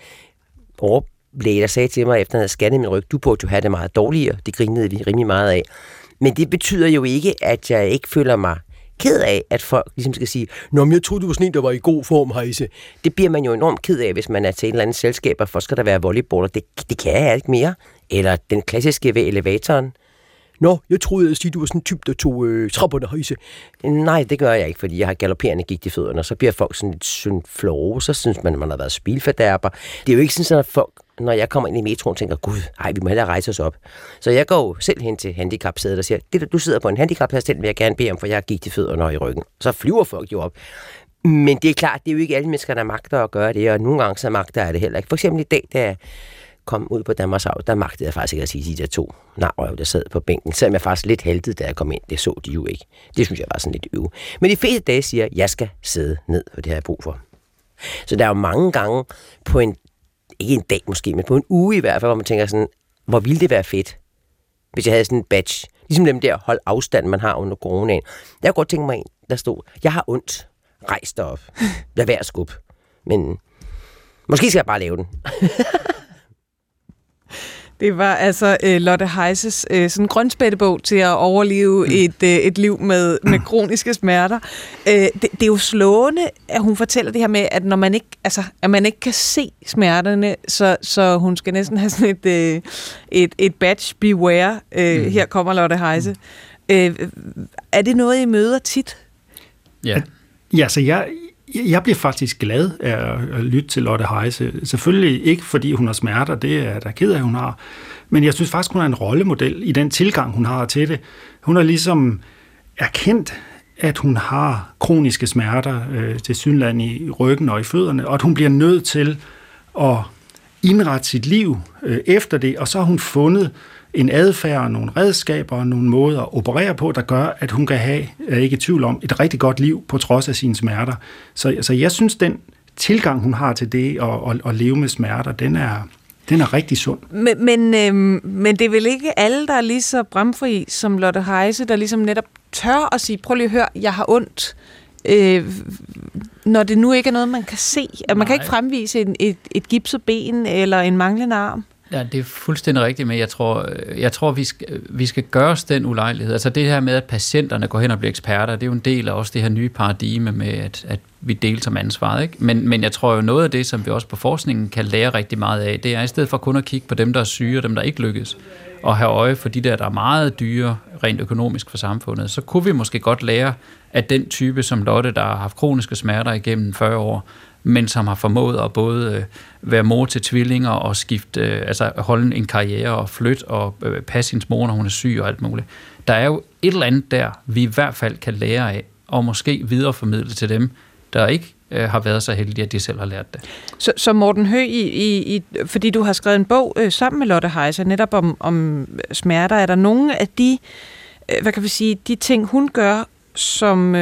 overlæge, der sagde til mig, efter han havde scannet min ryg, du burde jo have det meget dårligere. Det grinede vi rimelig meget af. Men det betyder jo ikke, at jeg ikke føler mig ked af, at folk ligesom skal sige, nå, men jeg troede, du var sådan en, der var i god form, Heise. Det bliver man jo enormt ked af, hvis man er til et eller andet selskab, og først skal der være volleyballer. Det kan jeg ikke mere. Eller den klassiske ved elevatoren. Nå, jeg troede, at du var sådan en type, der tog trapperne, Heise. Nej, det gør jeg ikke, fordi jeg har galopperende gigt i fødderne, og så bliver folk sådan lidt syndflove, så synes man har været spilfordærper. Det er jo ikke sådan, at folk, når jeg kommer ind i metroen, tænker, gud, ej, vi må hellere rejse os op. Så jeg går selv hen til handicapsædet og siger, du sidder på en handicapsæde, vil jeg gerne bede om, for jeg har gigt i fødderne og i ryggen. Så flyver folk jo op. Men det er klart, det er jo ikke alle mennesker, der magter at gøre det, og nogle gange så magter jeg det heller ikke. For eksempel i dag, da jeg kom ud på Danmarks Hav, der magtede jeg faktisk ikke at sige de der to narrøv, der sad på bænken, selvom jeg faktisk lidt haltede, da jeg kom ind. Det så de jo ikke. Det synes jeg var sådan lidt øve. Men de fleste dage siger, at jeg skal sidde ned, for det har jeg brug for. Så der er jo mange gange på ikke en dag måske, men på en uge i hvert fald, hvor man tænker sådan, hvor ville det være fedt, hvis jeg havde sådan en badge. Ligesom dem der hold afstand, man har under coronaen. Jeg kunne godt tænke mig en, der stod, jeg har ondt, rejs dig op, lad være skub. Men måske skal jeg bare lave den. Det var altså Lotte Heises sådan grønspættebog til at overleve et liv med kroniske smerter. Det er jo slående, at hun fortæller det her med, at når man ikke, at man ikke kan se smerterne, så hun skal næsten have sådan et badge beware. Her kommer Lotte Heise. Er det noget, I møder tit? Ja, så jeg bliver faktisk glad af at lytte til Lotte Heise. Selvfølgelig ikke, fordi hun har smerter, det er der ked af, hun har. Men jeg synes faktisk, hun er en rollemodel i den tilgang, hun har til det. Hun har ligesom erkendt, at hun har kroniske smerter tilsyneladende i ryggen og i fødderne, og at hun bliver nødt til at indrette sit liv efter det, og så har hun fundet en adfærd, nogle redskaber og nogle måder at operere på, der gør, at hun kan have, er ikke i tvivl om, et rigtig godt liv på trods af sine smerter. Så jeg synes, den tilgang, hun har til det at leve med smerter, den er rigtig sund. Men det er vel ikke alle, der er lige så bramfri som Lotte Heise, der ligesom netop tør at sige, prøv lige at høre, jeg har ondt, når det nu ikke er noget, man kan se. At man kan ikke fremvise et gipset ben eller en manglende arm. Ja, det er fuldstændig rigtigt, men jeg tror vi skal gøre os den ulejlighed. Altså det her med, at patienterne går hen og bliver eksperter, det er jo en del af også det her nye paradigme med, at vi deler som ansvaret. Ikke? Men jeg tror jo, noget af det, som vi også på forskningen kan lære rigtig meget af, det er i stedet for kun at kigge på dem, der er syge og dem, der ikke lykkes, og have øje for de der er meget dyre rent økonomisk for samfundet, så kunne vi måske godt lære, at den type som Lotte, der har haft kroniske smerter igennem 40 år, men som har formået at både være mor til tvillinger og skifte, holde en karriere og flytte og passe hendes mor, når hun er syg og alt muligt. Der er jo et eller andet der, vi i hvert fald kan lære af, og måske videreformidle til dem, der ikke har været så heldige, at de selv har lært det. Så Morten Høgh, fordi du har skrevet en bog sammen med Lotte Heise, netop om smerter, er der nogle af de, de ting, hun gør, som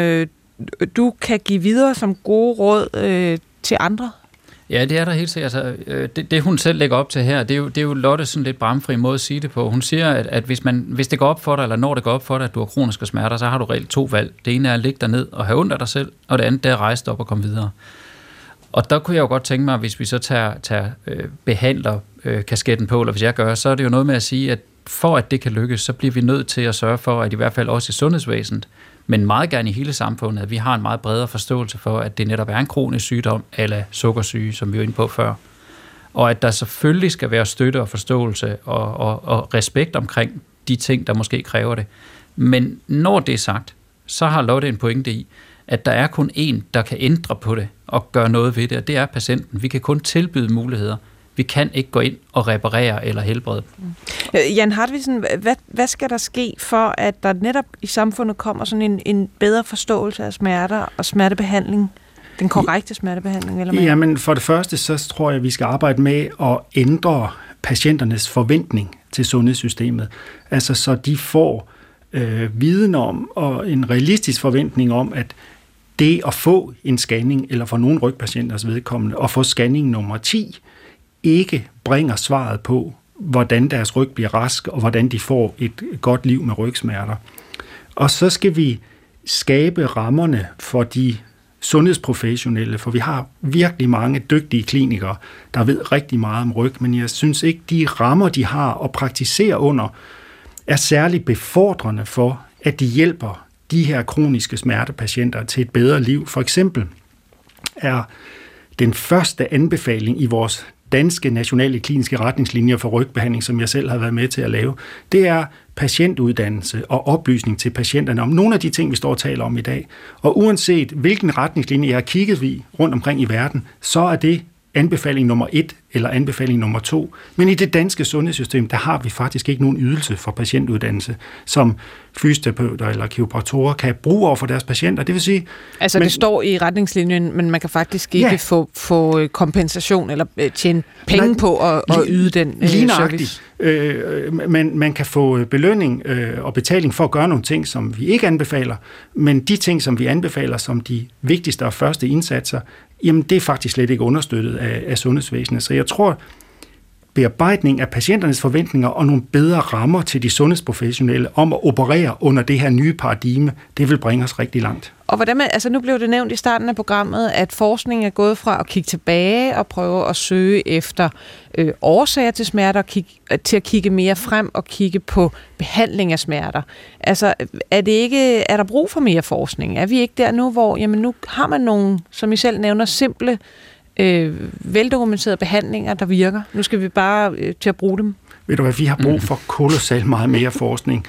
du kan give videre som gode råd til andre? Ja, det er der helt sikkert. Altså, det hun selv lægger op til her, det er jo Lotte sådan lidt bramfri måde at sige det på. Hun siger, at hvis det går op for dig, eller når det går op for dig, at du har kroniske smerter, så har du reelt 2 valg. Det ene er at ligge derned og have ondt af dig selv, og det andet er at rejse dig op og komme videre. Og der kunne jeg jo godt tænke mig, hvis vi så behandler kasketten på, eller hvis jeg gør, så er det jo noget med at sige, at for at det kan lykkes, så bliver vi nødt til at sørge for, at i hvert fald også i sundhedsvæsenet, men meget gerne i hele samfundet, at vi har en meget bredere forståelse for, at det netop er en kronisk sygdom, eller sukkersyge, som vi var inde på før. Og at der selvfølgelig skal være støtte og forståelse og respekt omkring de ting, der måske kræver det. Men når det er sagt, så har Lotte en pointe i, at der er kun én, der kan ændre på det og gøre noget ved det, og det er patienten. Vi kan kun tilbyde muligheder. Vi kan ikke gå ind og reparere eller helbrede. Jan Hartvigsen, hvad skal der ske for, at der netop i samfundet kommer sådan en bedre forståelse af smerter og smertebehandling? Den korrekte smertebehandling? Eller Jamen, for det første, så tror jeg, at vi skal arbejde med at ændre patienternes forventning til sundhedssystemet. Altså, så de får viden om, og en realistisk forventning om, at det at få en scanning, eller for nogle rygpatienters vedkommende, at få scanning nummer 10, ikke bringer svaret på, hvordan deres ryg bliver rask, og hvordan de får et godt liv med rygsmerter. Og så skal vi skabe rammerne for de sundhedsprofessionelle, for vi har virkelig mange dygtige klinikere, der ved rigtig meget om ryg, men jeg synes ikke, de rammer, de har at praktisere under, er særlig befordrende for, at de hjælper de her kroniske smertepatienter til et bedre liv. For eksempel er den første anbefaling i vores danske nationale kliniske retningslinjer for rygbehandling, som jeg selv har været med til at lave, det er patientuddannelse og oplysning til patienterne om nogle af de ting, vi står og taler om i dag. Og uanset hvilken retningslinje jeg har kigget vi rundt omkring i verden, så er det anbefaling nummer 1 eller anbefaling nummer 2. Men i det danske sundhedssystem, der har vi faktisk ikke nogen ydelse for patientuddannelse, som fysioterapeuter eller kiropraktorer kan bruge over for deres patienter. Det vil sige... Altså det står i retningslinjen, men man kan faktisk ikke få kompensation eller tjene penge på at yde den service. Man kan få belønning og betaling for at gøre nogle ting, som vi ikke anbefaler, men de ting, som vi anbefaler som de vigtigste og første indsatser, jamen det er faktisk slet ikke understøttet af sundhedsvæsenet. Så jeg tror, bearbejdning af patienternes forventninger og nogle bedre rammer til de sundhedsprofessionelle om at operere under det her nye paradigme, det vil bringe os rigtig langt. Og hvordan med, altså nu blev det nævnt i starten af programmet, at forskningen er gået fra at kigge tilbage og prøve at søge efter årsager til smerter, til at kigge mere frem og kigge på behandling af smerter. Altså, er der brug for mere forskning? Er vi ikke der nu, hvor jamen, nu har man nogle, som I selv nævner, simple, veldokumenterede behandlinger, der virker? Nu skal vi bare til at bruge dem. Ved du hvad, vi har brug for kolossalt meget mere forskning.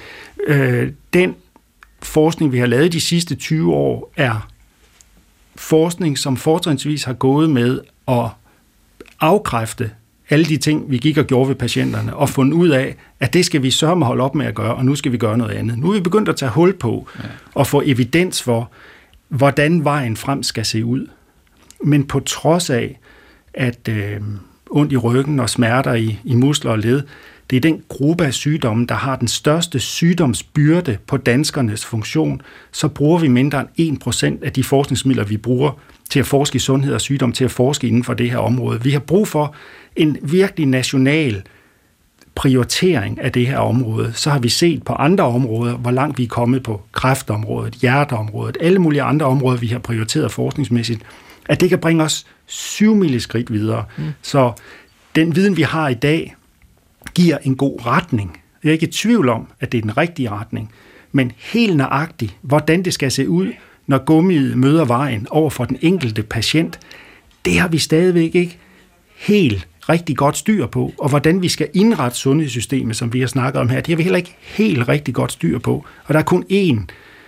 Den forskning, vi har lavet de sidste 20 år, er forskning, som fortrinsvis har gået med at afkræfte alle de ting, vi gik og gjorde ved patienterne, og fundet ud af, at det skal vi sørge med at holde op med at gøre, og nu skal vi gøre noget andet. Nu er vi begyndt at tage hul på og få evidens for, hvordan vejen frem skal se ud. Men på trods af, at ondt i ryggen og smerter i muskler og led, det er den gruppe af sygdomme, der har den største sygdomsbyrde på danskernes funktion, så bruger vi mindre end 1% af de forskningsmidler, vi bruger til at forske i sundhed og sygdom, til at forske inden for det her område. Vi har brug for en virkelig national prioritering af det her område. Så har vi set på andre områder, hvor langt vi er kommet på kræftområdet, hjerteområdet, alle mulige andre områder, vi har prioriteret forskningsmæssigt, at det kan bringe os 7 milliskridt videre. Så den viden, vi har i dag, giver en god retning. Jeg er ikke i tvivl om, at det er den rigtige retning, men helt nøjagtigt, hvordan det skal se ud, når gummiet møder vejen over for den enkelte patient, det har vi stadigvæk ikke helt rigtig godt styr på, og hvordan vi skal indrette sundhedssystemet, som vi har snakket om her, det har vi heller ikke helt rigtig godt styr på. Og der er kun én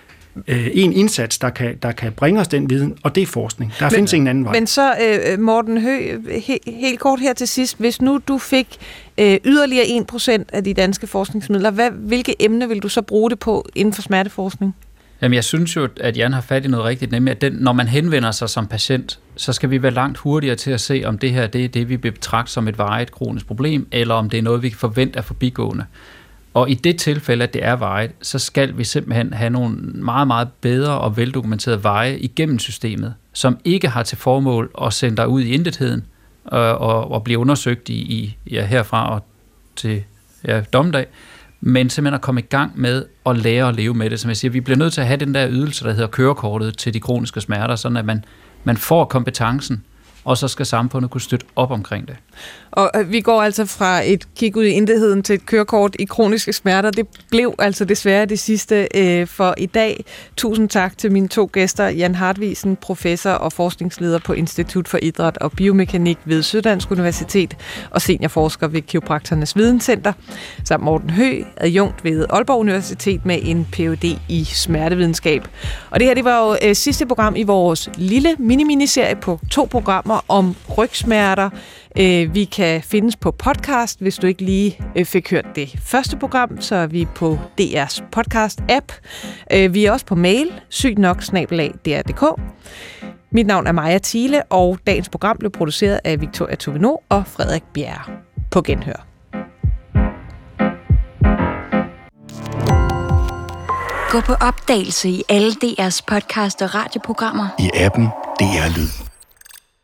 indsats, der kan bringe os den viden, og det er forskning. Der findes ingen anden vej. Men så, Morten Høgh, helt kort her til sidst. Hvis nu du fik yderligere 1% af de danske forskningsmidler, hvilke emne vil du så bruge det på inden for smerteforskning? Jamen, jeg synes jo, at Jan har fat i noget rigtigt, nemlig at når man henvender sig som patient, så skal vi være langt hurtigere til at se, om det her det er det, vi betragter som et varigt kronisk problem, eller om det er noget, vi kan forvente af forbigående. Og i det tilfælde, at det er varigt, så skal vi simpelthen have nogle meget, meget bedre og veldokumenterede veje igennem systemet, som ikke har til formål at sende dig ud i intetheden og blive undersøgt herfra og til dommedag, men simpelthen at komme i gang med at lære at leve med det. Som jeg siger, vi bliver nødt til at have den der ydelse, der hedder kørekortet til de kroniske smerter, sådan at man får kompetencen, og så skal samfundet kunne støtte op omkring det. Og vi går altså fra et kig ud i intetheden til et kørekort i kroniske smerter. Det blev altså desværre det sidste for i dag. Tusind tak til mine 2 gæster, Jan Hartvigsen, professor og forskningsleder på Institut for Idræt og Biomekanik ved Syddansk Universitet og seniorforsker ved Kiropraktorernes Videnscenter, samt Morten Høgh, adjunkt ved Aalborg Universitet med en Ph.D. i smertevidenskab. Og det her, det var jo sidste program i vores lille mini-miniserie på 2 programmer om rygsmerter. Vi kan findes på podcast, hvis du ikke lige fik hørt det første program, så er vi på DR's podcast-app. Vi er også på mail, sygnok@dr.dk. Mit navn er Maja Thiele, og dagens program blev produceret af Victoria Tuveno og Frederik Bjerre. På genhør. Gå på opdagelse i alle DR's podcast og radioprogrammer. I appen DR Lyd.